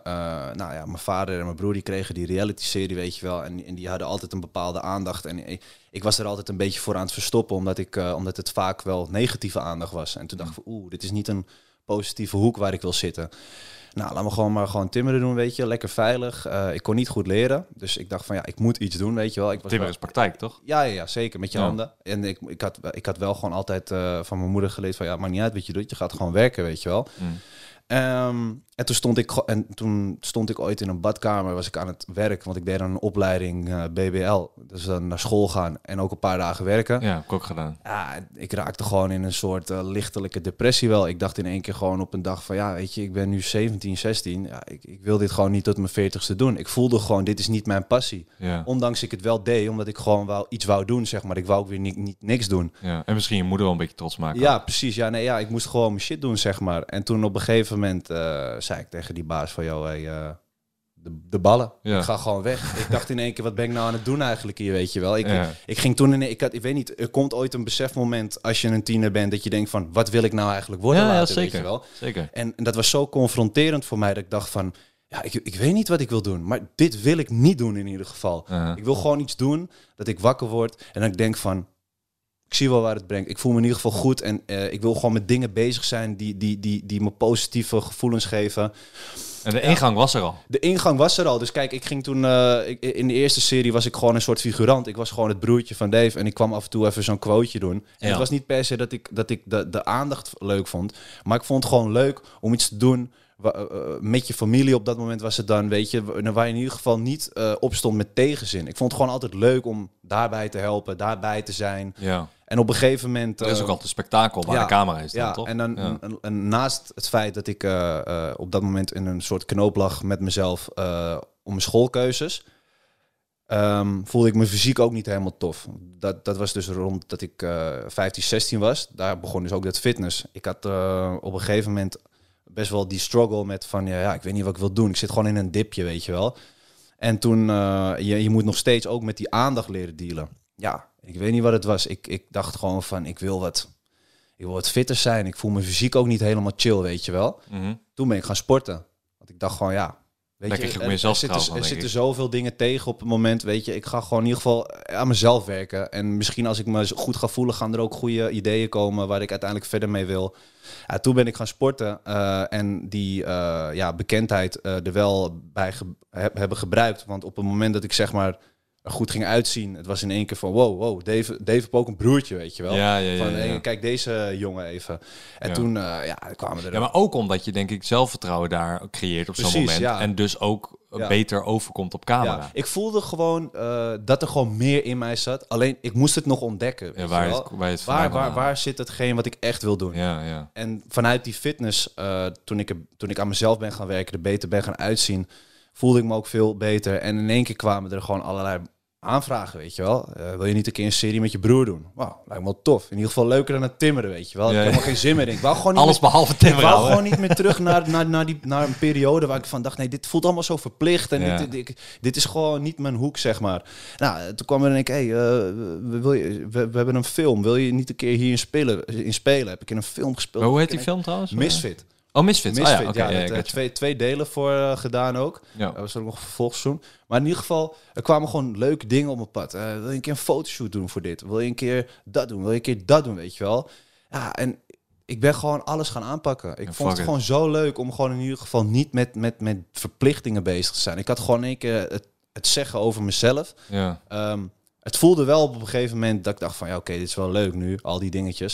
vader en mijn broer, die kregen die reality-serie, weet je wel. En die hadden altijd een bepaalde aandacht. En ik was er altijd een beetje voor aan het verstoppen, omdat het vaak wel negatieve aandacht was. En toen dacht ik van, dit is niet een positieve hoek waar ik wil zitten. Nou, laat me gewoon timmeren doen, weet je. Lekker veilig. Ik kon niet goed leren. Dus ik dacht van, ik moet iets doen, weet je wel. Timmer is praktijk, toch? Ja, zeker. Met je handen. En ik had wel gewoon altijd van mijn moeder geleerd van, maakt niet uit wat je doet. Je gaat gewoon werken, weet je wel. Mm. En toen stond ik ooit in een badkamer, was ik aan het werk, want ik deed dan een opleiding BBL. Dus dan naar school gaan en ook een paar dagen werken. Ja, heb ik ook gedaan. Ja, ik raakte gewoon in een soort lichtelijke depressie wel. Ik dacht in één keer gewoon op een dag van, weet je, ik ben nu 17, 16. Ja, ik wil dit gewoon niet tot mijn 40ste doen. Ik voelde gewoon, dit is niet mijn passie. Ja. Ondanks ik het wel deed, omdat ik gewoon iets wou doen, zeg maar. Ik wou ook weer niet niks doen. Ja. En misschien je moeder wel een beetje trots maken. Ja, precies. Ik moest gewoon mijn shit doen, zeg maar. En toen op een gegeven moment zei ik tegen die baas van, de ballen. Ja. Ik ga gewoon weg. Ik dacht in één keer, wat ben ik nou aan het doen eigenlijk hier, weet je wel. Ik ging toen ik weet niet, er komt ooit een besefmoment als je een tiener bent, dat je denkt van, wat wil ik nou eigenlijk worden later, zeker. weet je wel. Zeker. En dat was zo confronterend voor mij, dat ik dacht van, ik weet niet wat ik wil doen, maar dit wil ik niet doen in ieder geval. Uh-huh. Ik wil gewoon iets doen, dat ik wakker word en dat ik denk van, ik zie wel waar het brengt. Ik voel me in ieder geval goed en ik wil gewoon met dingen bezig zijn die me positieve gevoelens geven. En de ingang was er al. De ingang was er al. Dus kijk, ik ging toen... in de eerste serie was ik gewoon een soort figurant. Ik was gewoon het broertje van Dave. En ik kwam af en toe even zo'n quoteje doen. En het was niet per se dat ik de aandacht leuk vond. Maar ik vond het gewoon leuk om iets te doen met je familie. Op dat moment was het dan, weet je, waar je in ieder geval niet opstond met tegenzin. Ik vond het gewoon altijd leuk om daarbij te helpen, daarbij te zijn. Ja. En op een gegeven moment... Er is ook altijd een spektakel waar de camera is dan, toch? En dan en naast het feit dat ik op dat moment in een soort knoop lag met mezelf om mijn schoolkeuzes, voelde ik mijn fysiek ook niet helemaal tof. Dat was dus rond dat ik 15, 16 was. Daar begon dus ook dat fitness. Ik had op een gegeven moment best wel die struggle met van, ik weet niet wat ik wil doen. Ik zit gewoon in een dipje, weet je wel. En toen, je moet nog steeds ook met die aandacht leren dealen. Ja, ik weet niet wat het was. Ik dacht gewoon van, ik wil wat fitter zijn. Ik voel mijn fysiek ook niet helemaal chill, weet je wel. Mm-hmm. Toen ben ik gaan sporten. Want ik dacht gewoon, weet je, er zitten zoveel dingen tegen op het moment, weet je. Ik ga gewoon in ieder geval aan mezelf werken. En misschien als ik me goed ga voelen, gaan er ook goede ideeën komen waar ik uiteindelijk verder mee wil. Ja, toen ben ik gaan sporten en die bekendheid er wel bij hebben gebruikt. Want op het moment dat ik zeg maar er goed ging uitzien, het was in één keer van wow, Dave heeft ook een broertje, weet je wel. Hey, kijk deze jongen even. En toen kwamen er... Ja, maar ook omdat je denk ik zelfvertrouwen daar creëert op zo'n moment. Ja. En dus ook beter overkomt op camera. Ja, ik voelde gewoon dat er gewoon meer in mij zat. Alleen ik moest het nog ontdekken. Ja, waar zit hetgeen wat ik echt wil doen? Ja. En vanuit die fitness, toen ik aan mezelf ben gaan werken, er beter ben gaan uitzien, voelde ik me ook veel beter. En in één keer kwamen er gewoon allerlei aanvragen, weet je wel. Wil je niet een keer een serie met je broer doen? Wauw, lijkt me wel tof. In ieder geval leuker dan het timmeren, weet je wel. Ik heb helemaal geen zin meer in. Ik wou gewoon niet alles behalve timmeren. Ik wou gewoon niet meer terug naar een periode waar ik van dacht, nee, dit voelt allemaal zo verplicht. En dit is gewoon niet mijn hoek, zeg maar. Nou, toen kwam er en ik, we hebben een film. Wil je niet een keer hierin spelen? Heb ik in een film gespeeld. Maar hoe heet die film trouwens? Misfit. Oh, Misfit. Twee delen voor gedaan ook. Ja. Dat was ook nog een vervolgseizoen. Maar in ieder geval, er kwamen gewoon leuke dingen op mijn pad. Wil je een keer een fotoshoot doen voor dit? Wil je een keer dat doen? Wil je een keer dat doen, weet je wel? Ja, en ik ben gewoon alles gaan aanpakken. Ik vond het gewoon zo leuk om gewoon in ieder geval niet met verplichtingen bezig te zijn. Ik had gewoon in één keer het zeggen over mezelf. Ja. Het voelde wel op een gegeven moment dat ik dacht van, oké, dit is wel leuk nu, al die dingetjes.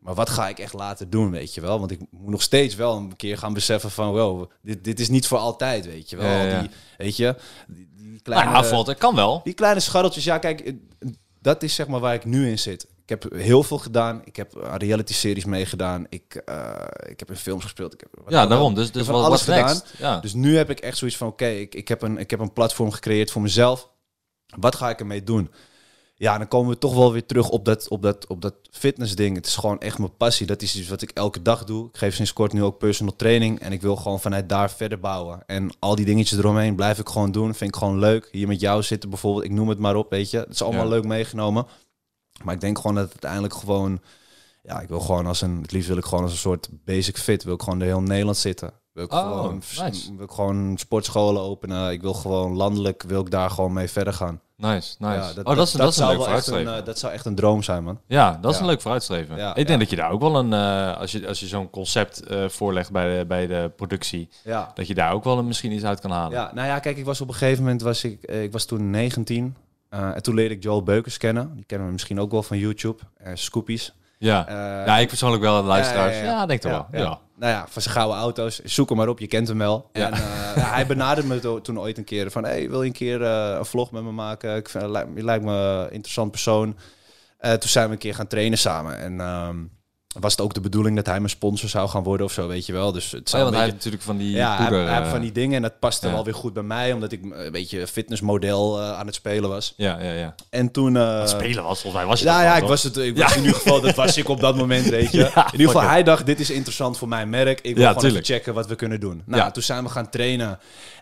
Maar wat ga ik echt later doen, weet je wel? Want ik moet nog steeds wel een keer gaan beseffen van... wow, dit is niet voor altijd, weet je wel? Ja. Die, weet je, die kleine... Nou ja, het kan wel. Die kleine scharreltjes, ja kijk, dat is zeg maar waar ik nu in zit. Ik heb heel veel gedaan. Ik heb aan reality-series meegedaan. Ik heb in films gespeeld. Daarom. Dus van wat alles gedaan. Ja. Dus nu heb ik echt zoiets van, oké, ik heb een platform gecreëerd voor mezelf. Wat ga ik ermee doen? Ja, dan komen we toch wel weer terug op dat fitnessding. Het is gewoon echt mijn passie. Dat is iets wat ik elke dag doe. Ik geef sinds kort nu ook personal training. En ik wil gewoon vanuit daar verder bouwen. En al die dingetjes eromheen blijf ik gewoon doen. Vind ik gewoon leuk. Hier met jou zitten bijvoorbeeld. Ik noem het maar op, weet je. Het is allemaal leuk meegenomen. Maar ik denk gewoon dat het uiteindelijk gewoon... Ja, ik wil gewoon het liefst wil ik gewoon als een soort basic fit. Wil ik gewoon de heel Nederland zitten. Wil ik wil ik gewoon sportscholen openen. Ik wil gewoon landelijk, wil ik daar gewoon mee verder gaan. Nice. Ja, dat is een leuk vooruitstreven. Dat zou echt een droom zijn, man. Ja, dat is een leuk vooruitstreven. Ja, ik denk dat je daar ook wel een... als je zo'n concept voorlegt bij de productie... Ja. dat je daar ook wel misschien iets uit kan halen. Ja, nou ja, kijk, ik was op een gegeven moment... Ik was toen 19. En toen leerde ik Joel Beukers kennen. Die kennen we misschien ook wel van YouTube. Scoopies. Ja. Ik persoonlijk wel, de luisteraars. Ja, denk toch wel. Ja. Nou ja, van zijn gouden auto's. Zoek hem maar op, je kent hem wel. Ja. En hij benaderde me toen ooit een keer van... Hey, wil je een keer een vlog met me maken? Je lijkt me een interessant persoon. Toen zijn we een keer gaan trainen samen. En was het ook de bedoeling dat hij mijn sponsor zou gaan worden of zo, weet je wel. Dus het zou want hij heeft natuurlijk van die poeder... hij heeft van die dingen en dat paste wel weer goed bij mij... omdat ik een beetje fitnessmodel aan het spelen was. Ja. En toen... het spelen was, volgens mij was je ik was in ieder geval... Dat was ik op dat moment, weet je. In ieder geval, hij dacht, dit is interessant voor mijn merk. Ik wil gewoon even checken wat we kunnen doen. Nou, toen zijn we gaan trainen...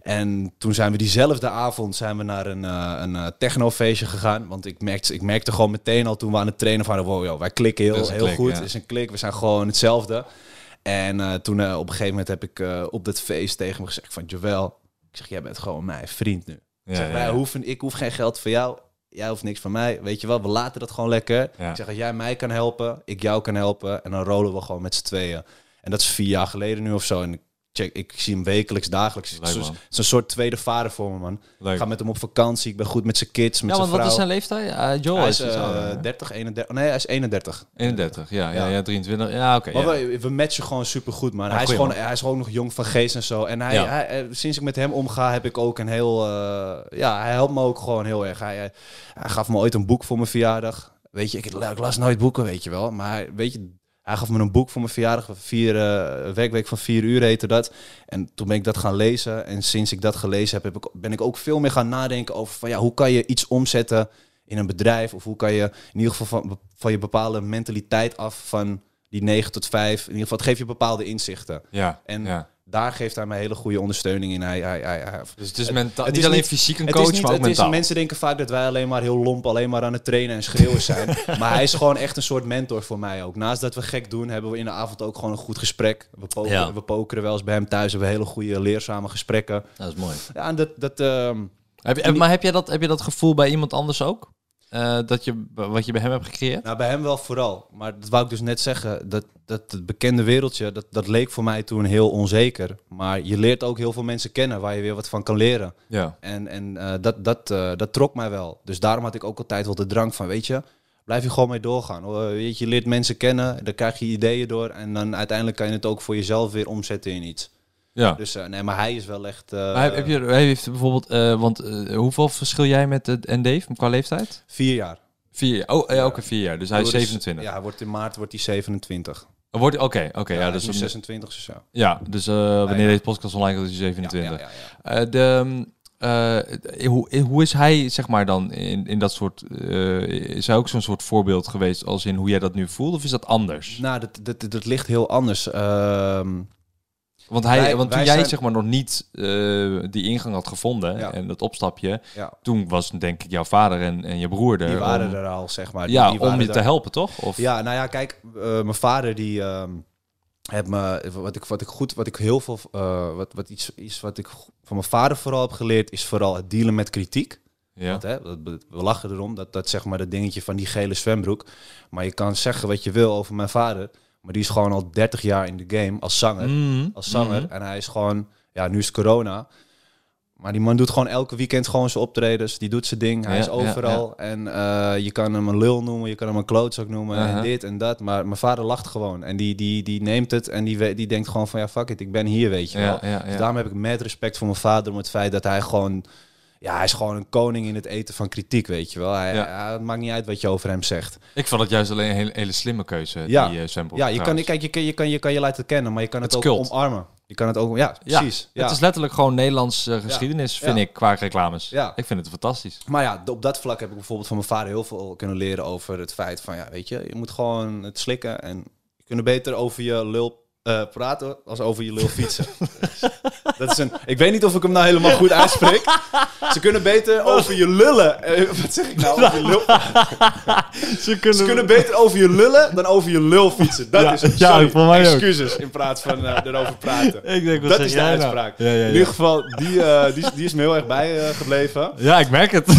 En toen zijn we diezelfde avond naar een technofeestje gegaan. Want ik merkte gewoon meteen al toen we aan het trainen van... wow, joh, wij klikken heel goed. Het is een klik, we zijn gewoon hetzelfde. En toen op een gegeven moment heb ik op dat feest tegen hem gezegd van... Joël, ik zeg, jij bent gewoon mijn vriend nu. Ik hoef geen geld van jou. Jij hoeft niks van mij. Weet je wel, we laten dat gewoon lekker. Ja. Ik zeg, als jij mij kan helpen, ik jou kan helpen. En dan rollen we gewoon met z'n tweeën. En dat is 4 jaar geleden nu of zo. En ik zie hem wekelijks, dagelijks. Het is een soort tweede vader voor me, man. Leuk. Ik ga met hem op vakantie. Ik ben goed met zijn kids, met zijn vrouw. Wat is zijn leeftijd? Joel hij is 30, 31. Nee, hij is 31. 31, ja 23. Ja, oké. Maar we matchen gewoon super goed, man. Hij is gewoon nog jong van geest en zo. En hij, sinds ik met hem omga, heb ik ook een heel... hij helpt me ook gewoon heel erg. Hij gaf me ooit een boek voor mijn verjaardag. Weet je, ik las nooit boeken, weet je wel. Maar weet je... Hij gaf me een boek voor mijn verjaardag, werkweek van 4 uur heette dat. En toen ben ik dat gaan lezen. En sinds ik dat gelezen heb, ben ik ook veel meer gaan nadenken over... van hoe kan je iets omzetten in een bedrijf? Of hoe kan je in ieder geval van je bepaalde mentaliteit af van die 9 tot 5... in ieder geval, het geeft je bepaalde inzichten. Daar geeft hij me hele goede ondersteuning in. Dus het is mentaal, niet alleen fysiek een coach, maar ook mentaal. Mensen denken vaak dat wij alleen maar heel lomp, alleen maar aan het trainen en schreeuwen zijn. Maar hij is gewoon echt een soort mentor voor mij ook. Naast dat we gek doen, hebben we in de avond ook gewoon een goed gesprek. We pokeren wel eens bij hem thuis. We hebben hele goede, leerzame gesprekken. Dat is mooi. Ja, en heb je dat gevoel bij iemand anders ook? Wat je bij hem hebt gecreëerd? Nou, bij hem wel vooral. Maar dat wou ik dus net zeggen. Dat het bekende wereldje, dat leek voor mij toen heel onzeker. Maar je leert ook heel veel mensen kennen waar je weer wat van kan leren. Ja. En dat trok mij wel. Dus daarom had ik ook altijd wel de drang van, weet je... Blijf je gewoon mee doorgaan. Weet je leert mensen kennen, daar krijg je ideeën door. En dan uiteindelijk kan je het ook voor jezelf weer omzetten in iets. Ja. Dus maar hij is wel echt... hij heeft bijvoorbeeld... hoeveel verschil jij met en Dave qua leeftijd? 4 jaar. 4 jaar. Oh, ja, ook 4 jaar. Dus hij is 27. Ja, in maart wordt hij 27. Oké. Ja, dus 26 of zo. Ja, dus wanneer deze podcast online gaat, is hij 27. Hoe is hij, zeg maar, dan in dat soort... is hij ook zo'n soort voorbeeld geweest als in hoe jij dat nu voelt? Of is dat anders? Nou, dat ligt heel anders. Want toen jij zeg maar nog niet die ingang had gevonden en dat opstapje, toen was denk ik jouw vader en je broer er. Die waren er al, zeg maar. Die om je te helpen, toch? Of? Ja, nou ja, kijk, mijn vader die heeft me, wat ik van mijn vader vooral heb geleerd, is vooral het dealen met kritiek. Ja. Want, we lachen erom, dat zeg maar dat dingetje van die gele zwembroek. Maar je kan zeggen wat je wil over mijn vader. Maar die is gewoon al 30 jaar in de game als zanger. En hij is gewoon... Ja, nu is corona. Maar die man doet gewoon elke weekend gewoon zijn optredens. Die doet zijn ding. Hij is overal. Ja. En je kan hem een lul noemen. Je kan hem een klootzak noemen. En dit en dat. Maar mijn vader lacht gewoon. En die neemt het. En die denkt gewoon van... Ja, fuck it. Ik ben hier, weet je wel. Dus daarom heb ik mad respect voor mijn vader. Om het feit dat hij gewoon... Ja, hij is gewoon een koning in het eten van kritiek, weet je wel. Het maakt niet uit wat je over hem zegt. Ik vond het juist alleen een hele slimme keuze, die sample. Ja, je kan je laten kennen, maar je kan het ook omarmen. Je kan het ook, ja, precies. Ja. Het is letterlijk gewoon Nederlands geschiedenis, vind ik, qua reclames. Ja. Ik vind het fantastisch. Maar ja, op dat vlak heb ik bijvoorbeeld van mijn vader heel veel kunnen leren over het feit van, ja, weet je moet gewoon het slikken en je kunt beter over je lul praten als over je lul fietsen. Dat is ik weet niet of ik hem nou helemaal goed uitspreek. Ze kunnen beter over je lullen. Wat zeg ik nou? Over je lul. Ze kunnen beter over je lullen dan over je lul fietsen. Dat is het. Sorry, voor mij excuses in plaats van erover praten. Ik denk, dat is de uitspraak. Nou? Ja. In ieder geval, die is me heel erg bijgebleven. Ja, ik merk het.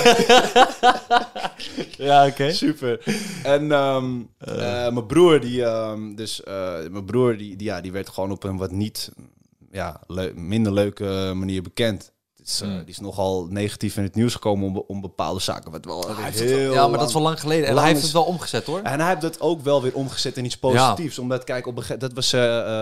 Ja, oké. Super. En mijn broer, die werd gewoon op een wat niet... minder leuke manier bekend. Die is nogal negatief in het nieuws gekomen om bepaalde zaken. Wat wel maar dat is wel lang geleden. En hij heeft het wel omgezet, hoor. En hij heeft dat ook wel weer omgezet in iets positiefs. Ja. Omdat, kijk, dat was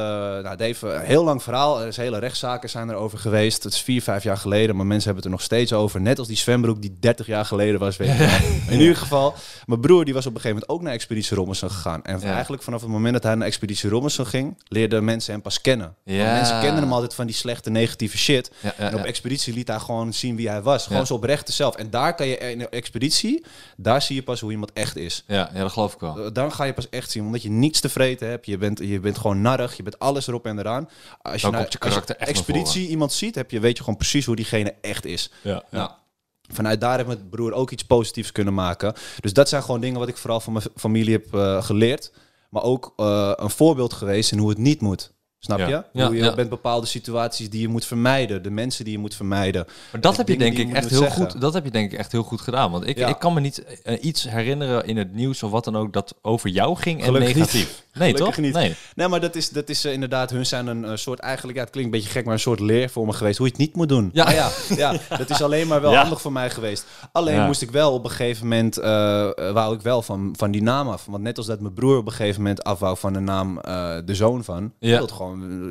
Dave, een heel lang verhaal. Er zijn hele rechtszaken zijn er over geweest. Het is 4-5 jaar geleden, maar mensen hebben het er nog steeds over. Net als die zwembroek die 30 jaar geleden was. Weet je. In ieder geval, mijn broer die was op een gegeven moment ook naar Expeditie Robinson gegaan. En eigenlijk vanaf het moment dat hij naar Expeditie Robinson ging, leerden mensen hem pas kennen. Want mensen kenden hem altijd van die slechte, negatieve shit. En op Expeditie liet hij gewoon zien wie hij was. Gewoon zo oprechte zelf. En daar kan je in een expeditie, daar zie je pas hoe iemand echt is. Ja, dat geloof ik wel. Dan ga je pas echt zien, omdat je niets te vreten hebt. Je bent gewoon narrig, je bent alles erop en eraan. Als je op je karakter echt expeditie iemand ziet, weet je gewoon precies hoe diegene echt is. Ja. Nou, vanuit daar heeft mijn broer ook iets positiefs kunnen maken. Dus dat zijn gewoon dingen wat ik vooral van mijn familie heb geleerd. Maar ook een voorbeeld geweest in hoe het niet moet. Snap je? Hoe je bent bepaalde situaties die je moet vermijden. De mensen die je moet vermijden. Maar dat heb je denk ik echt heel goed. Dat heb je denk ik echt heel goed gedaan. Want ik kan me niet iets herinneren in het nieuws of wat dan ook dat over jou ging en negatief. Niet. Nee, toch? Niet. Nee, maar dat is inderdaad, hun zijn een soort, eigenlijk, het klinkt een beetje gek, maar een soort leer voor me geweest hoe je het niet moet doen. Ja, dat is alleen maar wel handig voor mij geweest. Alleen moest ik wel op een gegeven moment, wou ik wel van die naam af. Want net als dat mijn broer op een gegeven moment af wou van de naam de zoon van, je wilt gewoon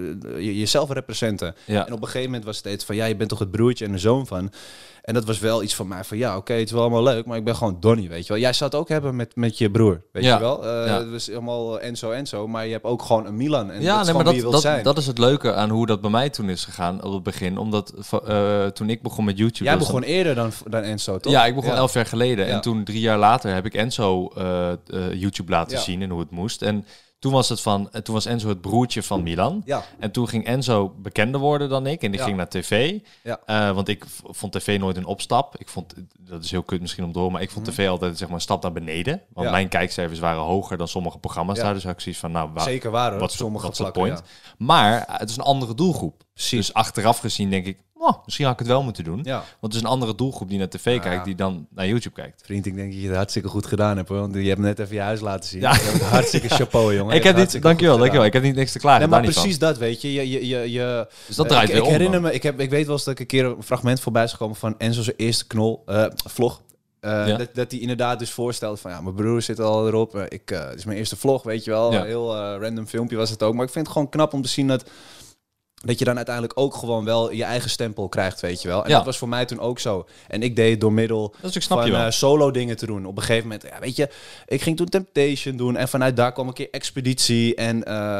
jezelf representen. Ja. En op een gegeven moment was het steeds van, je bent toch het broertje en de zoon van. En dat was wel iets van mij van, oké, het is wel allemaal leuk, maar ik ben gewoon Donnie, weet je wel. Jij zou het ook hebben met je broer, weet je wel. Het was allemaal Enzo, maar je hebt ook gewoon een Milan. En dat is gewoon wie je wilt zijn. Dat is het leuke aan hoe dat bij mij toen is gegaan op het begin. Omdat toen ik begon met YouTube... Jij begon eerder dan Enzo, toch? Ja, ik begon 11 jaar geleden. Ja. En toen 3 jaar later heb ik Enzo YouTube laten zien en hoe het moest. En toen was Enzo het broertje van Milan. Ja. En toen ging Enzo bekender worden dan ik. En die ging naar tv. Ja. Want ik vond tv nooit een opstap. Dat is heel kut misschien om te horen, maar ik vond tv altijd zeg maar een stap naar beneden. Want mijn kijkcijfers waren hoger dan sommige programma's daar. Dus had ik zoiets van, zeker waar, wat is het point? Maar het is een andere doelgroep. Precies. Dus achteraf gezien denk ik, misschien had ik het wel moeten doen. Ja. Want het is een andere doelgroep die naar tv kijkt, die dan naar YouTube kijkt. Vriend, ik denk dat je het hartstikke goed gedaan hebt, hoor. Want je hebt net even je huis laten zien. Ja. Je hebt hartstikke chapeau, jongen. Dankjewel. Ik heb niet niks te klagen. Nee, maar precies dat, weet je. Dus dat draait weer om. Ik herinner me, ik weet wel eens dat ik een keer een fragment voorbij is gekomen van Enzo's eerste vlog. Dat hij inderdaad dus voorstelde van, mijn broer zit al erop. Het is mijn eerste vlog, weet je wel. Een heel random filmpje was het ook. Maar ik vind het gewoon knap om te zien dat je dan uiteindelijk ook gewoon wel je eigen stempel krijgt, weet je wel. En dat was voor mij toen ook zo. En ik deed het door middel van solo dingen te doen. Op een gegeven moment, weet je, ik ging toen Temptation doen. En vanuit daar kwam een keer Expeditie. En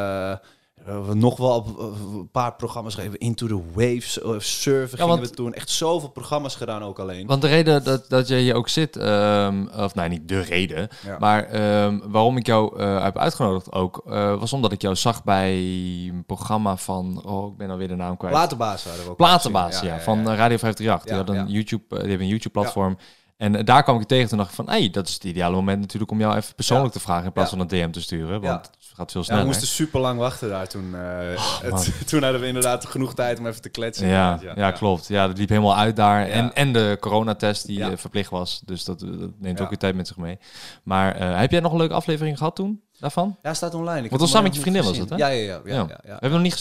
nog wel op een paar programma's gegeven. Into the Waves, surfen gingen we toen. Echt zoveel programma's gedaan ook alleen. Want de reden dat je hier ook zit, niet de reden, maar waarom ik jou heb uitgenodigd ook, was omdat ik jou zag bij een programma van, ik ben alweer de naam kwijt. Platenbaas hadden we ook. Platenbaas, van Radio 538. Die hadden die hebben een YouTube-platform. En daar kwam ik tegen, toen dacht ik van, dat is het ideale moment natuurlijk om jou even persoonlijk te vragen in plaats van een DM te sturen, want het gaat veel sneller. We moesten super lang wachten daar toen. Toen hadden we inderdaad genoeg tijd om even te kletsen. Ja, klopt. Ja, dat liep helemaal uit daar. Ja. En de coronatest die verplicht was, dus dat neemt ook weer tijd met zich mee. Maar heb jij nog een leuke aflevering gehad toen daarvan? Ja, staat online. Want dan samen met je vriendin was het, hè? Ja. Heb je nog niet gezien?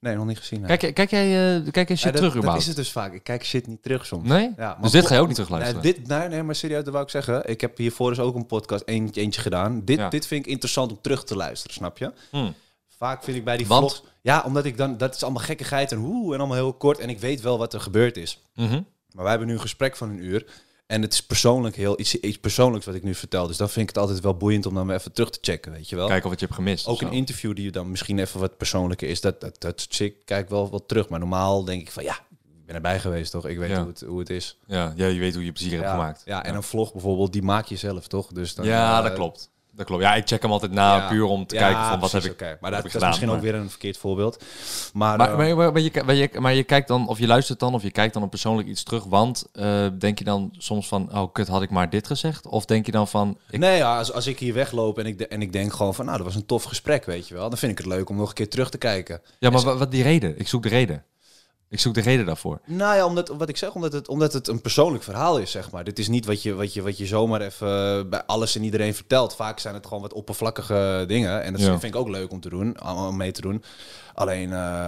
Nee, nog niet gezien. Nee. Kijk jij shit terug dat überhaupt? is het dus vaak. Ik kijk shit niet terug soms. Nee? Ja, Dus dit ga je ook niet terugluisteren? Nee, maar serieus, dat wou ik zeggen. Ik heb hiervoor dus ook een podcast eentje gedaan. Dit vind ik interessant om terug te luisteren, snap je? Vaak vind ik bij die vlogs... Ja, omdat ik dan... Dat is allemaal gekkigheid en allemaal heel kort. En ik weet wel wat er gebeurd is. Maar wij hebben nu een gesprek van 1 uur. En het is persoonlijk iets persoonlijks wat ik nu vertel. Dus dan vind ik het altijd wel boeiend om dan weer even terug te checken, weet je wel. Kijken of wat je hebt gemist. Ook een interview die dan misschien even wat persoonlijker is. Dat kijk wel wat terug. Maar normaal denk ik van ik ben erbij geweest, toch? Ik weet hoe het is. Ja, je weet hoe je plezier hebt gemaakt. Ja, en een vlog bijvoorbeeld, die maak je zelf, toch? Dus dan, dat klopt. Dat klopt. Ja, ik check hem altijd na, puur om te kijken van wat heb ik Maar dat is gedaan, misschien ook weer een verkeerd voorbeeld. Maar je kijkt dan, of je luistert dan, of je kijkt dan een persoonlijk iets terug. Want denk je dan soms van, oh kut, had ik maar dit gezegd? Of denk je dan van... Als ik hier wegloop en ik denk gewoon van, nou, dat was een tof gesprek, weet je wel. Dan vind ik het leuk om nog een keer terug te kijken. Ja, maar wat die reden? Ik zoek de reden. Ik zoek de reden daarvoor. Nou ja, omdat het een persoonlijk verhaal is, zeg maar. Dit is niet wat je zomaar even bij alles en iedereen vertelt. Vaak zijn het gewoon wat oppervlakkige dingen. En dat vind ik ook leuk om te doen, om mee te doen. Alleen,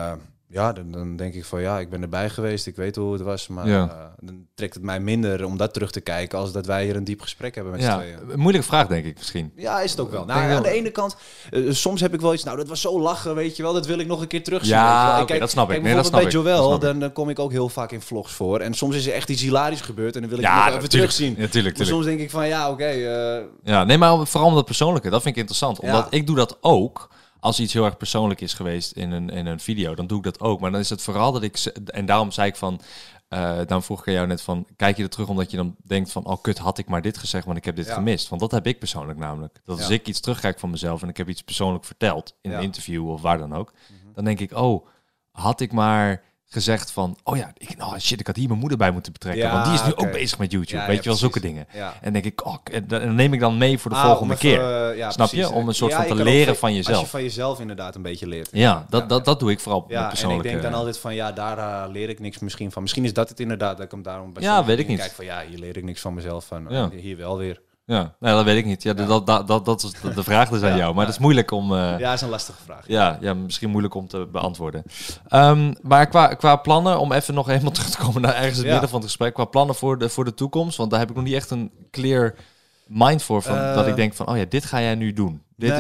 dan denk ik van ik ben erbij geweest. Ik weet hoe het was. Maar dan trekt het mij minder om dat terug te kijken als dat wij hier een diep gesprek hebben met z'n tweeën. Een moeilijke vraag, denk ik misschien. Ja, is het ook wel. Nou, aan de ene kant, soms heb ik wel iets, dat was zo lachen, weet je wel. Dat wil ik nog een keer terugzien. Ja, oké, dat snap ik. Bijvoorbeeld bij Joël, dan kom ik ook heel vaak in vlogs voor. En soms is er echt iets hilarisch gebeurd en dan wil ik het nog even terugzien. Ja, tuurlijk. Soms denk ik van, nee, maar vooral om dat persoonlijke, dat vind ik interessant. Omdat ik doe dat ook. Als iets heel erg persoonlijk is geweest in een video, dan doe ik dat ook. Maar dan is het vooral dat ik... En daarom zei ik van... dan vroeg ik aan jou net van... Kijk je er terug omdat je dan denkt van... Oh kut, had ik maar dit gezegd, want ik heb dit gemist. Want dat heb ik persoonlijk namelijk. Dat als ik iets terugkijk van mezelf... en ik heb iets persoonlijk verteld... in een interview of waar dan ook... dan denk ik... Oh, had ik maar gezegd van... Oh ja, ik had hier mijn moeder bij moeten betrekken. Want die is nu ook bezig met YouTube. Weet je wel, zulke dingen. Ja. En denk ik... dan neem ik dan mee voor de volgende keer. Snap je? Om een soort van te leren van jezelf. Als je van jezelf inderdaad een beetje leert. Ja, dat doe ik vooral met persoonlijke... En ik denk dan altijd van... daar leer ik niks misschien van. Misschien is dat het inderdaad dat ik hem daarom... weet ik niet. Kijk van hier leer ik niks van mezelf van. Hier wel weer. Ja, dat weet ik niet. Ja, dat is de vraag dus aan jou. Maar dat is moeilijk om... Ja, dat is een lastige vraag. Ja, misschien moeilijk om te beantwoorden. Maar qua plannen, om even nog helemaal terug te komen naar ergens het midden van het gesprek. Qua plannen voor de toekomst, want daar heb ik nog niet echt een clear mind voor. Dat ik denk van, dit ga jij nu doen.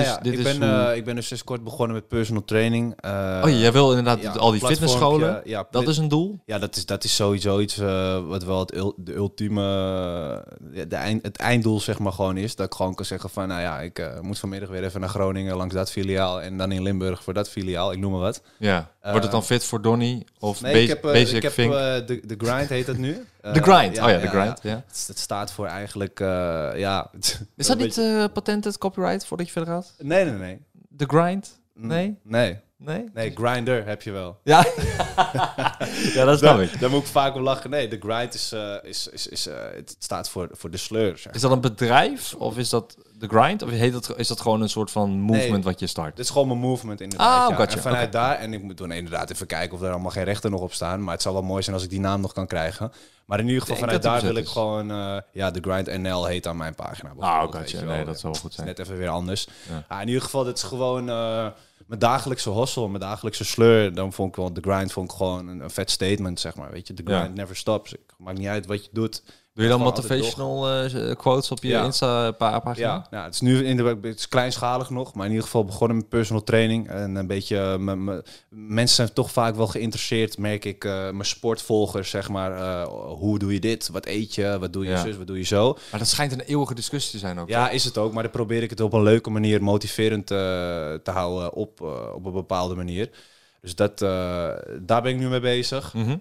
Ik ben dus sinds kort begonnen met personal training. Jij wil inderdaad al die fitnessscholen. Dat is een doel? Ja, dat is sowieso iets wat wel de ultieme... het einddoel zeg maar gewoon is. Dat ik gewoon kan zeggen van... ik moet vanmiddag weer even naar Groningen langs dat filiaal. En dan in Limburg voor dat filiaal. Ik noem maar wat. Ja. Wordt het dan fit voor Donnie? Of ik heb de Grind heet dat nu. De Grind? De Grind. Ja. Het staat voor eigenlijk... Is dat niet patented copyright voordat je verder gaat? Nee. The Grind? Nee? Nee, Grindr heb je wel. Ja, ja, dat snap ik. Daar moet ik vaak om lachen. Nee, de Grind het staat voor de sleur. Zeg. Is dat een bedrijf of is dat de Grind? Of is dat gewoon een soort van movement wat je start? Dit is gewoon mijn movement inderdaad. Gotcha. En vanuit daar, en ik moet dan inderdaad even kijken of er allemaal geen rechten nog op staan. Maar het zou wel mooi zijn als ik die naam nog kan krijgen. Maar in ieder geval vanuit daar wil ik gewoon... de Grind NL heet aan mijn pagina. Gotcha. Nee, dat zou wel goed zijn. Net even weer anders. Ja. In ieder geval, dit is gewoon... mijn dagelijkse hustle, mijn dagelijkse sleur, dan vond ik wel de Grind gewoon een vet statement, zeg maar. Weet je, de Grind never stops. Maakt niet uit wat je doet. Doe je dan motivational quotes op je Insta-pagina? Ja, het is nu het is kleinschalig nog, maar in ieder geval begonnen met personal training. En een beetje, mensen zijn toch vaak wel geïnteresseerd, merk ik, mijn sportvolgers, zeg maar. Hoe doe je dit? Wat eet je? Wat doe je zus? Wat doe je zo? Maar dat schijnt een eeuwige discussie te zijn ook. Ja, is het ook, maar dan probeer ik het op een leuke manier motiverend te houden op een bepaalde manier. Dus daar ben ik nu mee bezig. Mm-hmm.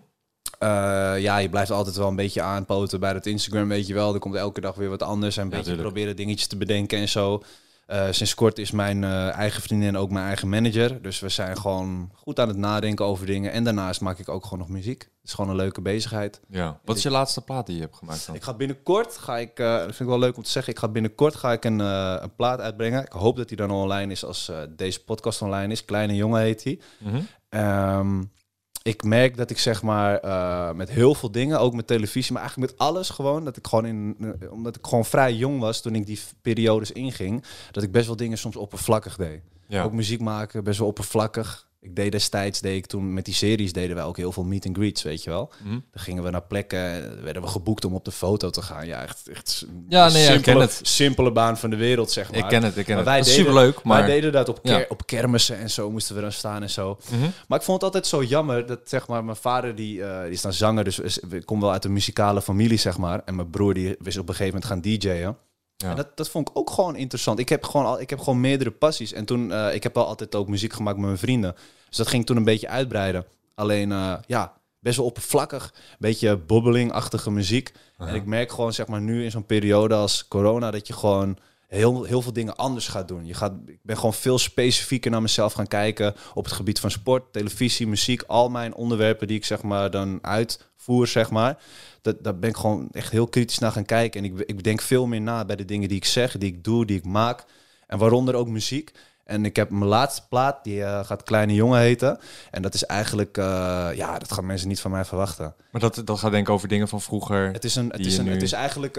Je blijft altijd wel een beetje aanpoten bij dat Instagram, weet je wel. Er komt elke dag weer wat anders en een beetje proberen dingetjes te bedenken en zo. Sinds kort is mijn eigen vriendin ook mijn eigen manager. Dus we zijn gewoon goed aan het nadenken over dingen. En daarnaast maak ik ook gewoon nog muziek. Het is gewoon een leuke bezigheid. Ja. Wat is je laatste plaat die je hebt gemaakt dan? Ik ga binnenkort, dat vind ik wel leuk om te zeggen, ga ik een plaat uitbrengen. Ik hoop dat die dan online is als deze podcast online is. Kleine Jongen heet die. Mm-hmm. Ik merk dat ik zeg maar met heel veel dingen, ook met televisie, maar eigenlijk met alles gewoon, dat ik gewoon omdat ik gewoon vrij jong was toen ik die periodes inging, dat ik best wel dingen soms oppervlakkig deed. Ja. Ook muziek maken, best wel oppervlakkig. Ik deed toen met die series deden wij ook heel veel meet and greets, weet je wel. Dan gingen we naar plekken, werden we geboekt om op de foto te gaan. Ja, echt ik ken het. Simpele baan van de wereld, zeg maar. Ik ken het. Dat is superleuk. Maar wij deden dat op kermissen en zo moesten we dan staan en zo. Maar ik vond het altijd zo jammer dat, zeg maar, mijn vader die is dan zanger, dus ik kom wel uit een muzikale familie, zeg maar. En mijn broer die is op een gegeven moment gaan DJ'en. Ja. En dat vond ik ook gewoon interessant. Ik heb gewoon meerdere passies. En toen, ik heb wel altijd ook muziek gemaakt met mijn vrienden. Dus dat ging toen een beetje uitbreiden. Alleen, best wel oppervlakkig. Beetje bobbeling-achtige muziek. En ik merk gewoon, zeg maar, nu in zo'n periode als corona, dat je gewoon heel veel dingen anders gaat doen. Ik ben gewoon veel specifieker naar mezelf gaan kijken op het gebied van sport, televisie, muziek. Al mijn onderwerpen die ik, zeg maar, dan uitvoer, zeg maar. Daar ben ik gewoon echt heel kritisch naar gaan kijken. En ik denk veel meer na bij de dingen die ik zeg, die ik doe, die ik maak. En waaronder ook muziek. En ik heb mijn laatste plaat, die gaat Kleine Jongen heten. En dat is eigenlijk, dat gaan mensen niet van mij verwachten. Maar dat gaat denk ik over dingen van vroeger. Het is eigenlijk,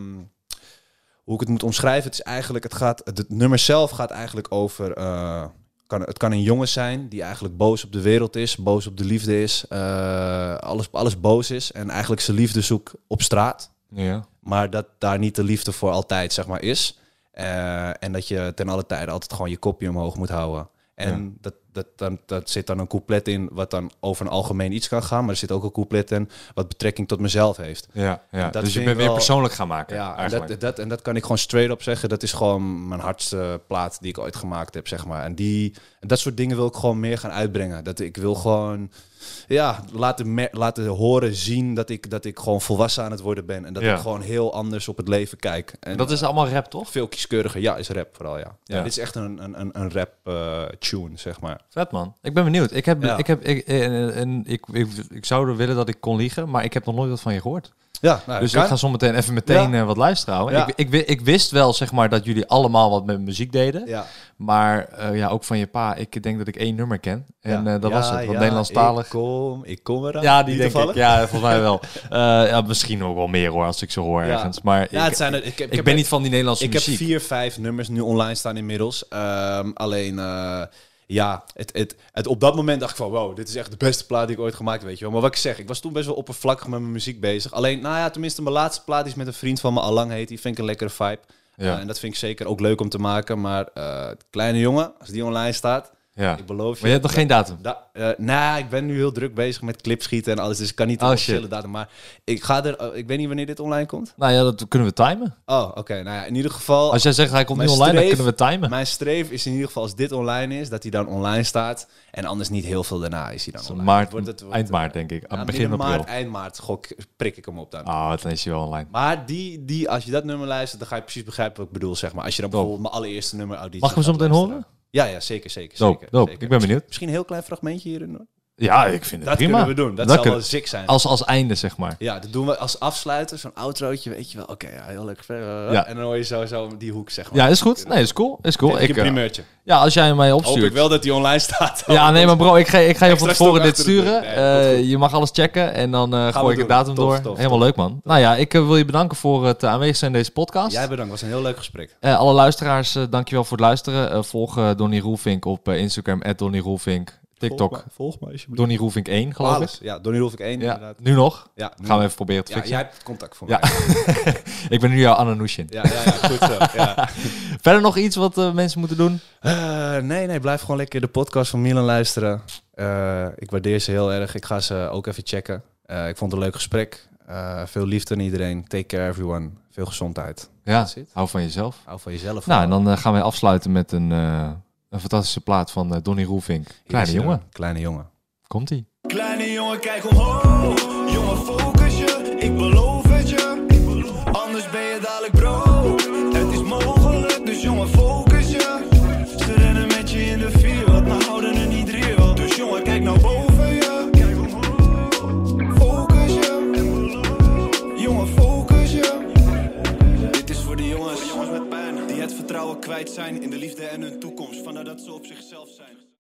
hoe ik het moet omschrijven, het nummer zelf gaat eigenlijk over, het kan een jongen zijn die eigenlijk boos op de wereld is, boos op de liefde is, alles boos is en eigenlijk zijn liefde zoekt op straat. Ja. Maar dat daar niet de liefde voor altijd, zeg maar, is. En dat je ten alle tijde altijd gewoon je kopje omhoog moet houden. En dat zit dan een couplet in wat dan over een algemeen iets kan gaan. Maar er zit ook een couplet in wat betrekking tot mezelf heeft. Ja. Dus je bent weer persoonlijk gaan maken. Ja, en dat kan ik gewoon straight up zeggen. Dat is gewoon mijn hardste plaat die ik ooit gemaakt heb, zeg maar. En dat soort dingen wil ik gewoon meer gaan uitbrengen. Ik wil gewoon laten horen, zien dat ik gewoon volwassen aan het worden ben. En dat ik gewoon heel anders op het leven kijk. En dat is allemaal rap, toch? Veel kieskeuriger. Ja, is rap vooral, ja. Dit is echt een rap tune, zeg maar. Vet, man. Ik ben benieuwd. Ik zou willen dat ik kon liegen, maar ik heb nog nooit wat van je gehoord. Ja, dus ik ga zometeen even meteen wat luisteren. Ja. Ik wist wel, zeg maar, dat jullie allemaal wat met muziek deden. Ja. Maar ook van je pa, ik denk dat ik 1 nummer ken. En dat was het, wat Nederlandstalig. Ik kom eraan. Ja, die denk ik. Ja, volgens mij wel. Misschien ook wel meer, hoor, als ik zo hoor ergens. Maar ik ben niet van die Nederlandse muziek. Ik heb 4, 5 nummers nu online staan inmiddels. Alleen... op dat moment dacht ik van, wow, dit is echt de beste plaat die ik ooit gemaakt heb, weet je wel. Maar wat ik zeg, ik was toen best wel oppervlakkig met mijn muziek bezig. Alleen, tenminste, mijn laatste plaat is met een vriend van me, Allang heet. Die vind ik een lekkere vibe. Ja. En dat vind ik zeker ook leuk om te maken. Maar Kleine Jongen, als die online staat, ik beloof je... Maar je hebt nog geen datum? Ik ben nu heel druk bezig met clipschieten en alles. Dus ik kan niet de officiële datum. Maar ik weet niet wanneer dit online komt. Nou ja, dat kunnen we timen. Oh, oké. Nou ja, in ieder geval... Als jij zegt, hij komt niet online, dan kunnen we timen. Mijn streef is in ieder geval, als dit online is, dat hij dan online staat. En anders niet heel veel daarna is hij dan online. Eind maart, denk ik. Begin april. Eind maart prik ik hem op dan. Dan is hij wel online. Maar als je dat nummer luistert, dan ga je precies begrijpen wat ik bedoel, zeg maar. Als je dan bijvoorbeeld mijn allereerste nummer auditie... Mag ik hem zo meteen horen? Ja, zeker. Dope. Ik ben benieuwd. Misschien een heel klein fragmentje hierin, hoor. Ja, ik vind het prima. Dat kunnen we doen. Dat zal wel ziek zijn. Als einde, zeg maar. Ja, dat doen we als afsluiter. Zo'n outrootje, weet je wel. Oké, heel leuk. En dan hoor je zo die hoek, zeg maar. Ja, is goed. Nee, is cool. Ik een primeurtje. Ja, als jij mij opstuurt. Hoop ik wel dat die online staat. Ja, nee, maar bro, ik ga je van tevoren dit sturen. Je mag alles checken en dan gooi ik de datum door. Helemaal leuk, man. Nou ja, ik wil je bedanken voor het aanwezig zijn in deze podcast. Jij bedankt, was een heel leuk gesprek. Alle luisteraars, dankjewel voor het luisteren. Volg Donnie Roelvink op Instagram, @DonnieRoelvink. TikTok. Volg me alsjeblieft. Donnie Roelvink 1, geloof ik. Ja, Donnie Roelvink 1 inderdaad. Nu nog? Ja. Gaan we even proberen te fixen. Jij hebt contact voor mij. Ik ben nu jouw Ananushin. Ja, goed zo. Ja. Verder nog iets wat mensen moeten doen? Nee, blijf gewoon lekker de podcast van Milan luisteren. Ik waardeer ze heel erg. Ik ga ze ook even checken. Ik vond het een leuk gesprek. Veel liefde aan iedereen. Take care everyone. Veel gezondheid. Ja, hou van jezelf. Hou van jezelf. Nou, en dan gaan wij afsluiten met een fantastische plaat van Donnie Roelvink. Kleine jongen. Komt-ie. Kleine jongen, kijk omhoog. Jongen, focus je. Ik beloof het je. Anders ben je dadelijk brood. Het is mogelijk, dus jongen, focus je. Ze rennen met je in de vier, maar houden er niet real. Dus jongen, kijk nou boven je. Focus je. Jongen, focus je. Dit is voor de jongens met pijn die het vertrouwen kwijt zijn in de liefde en hun toekomst. Vandaar dat ze op zichzelf zijn.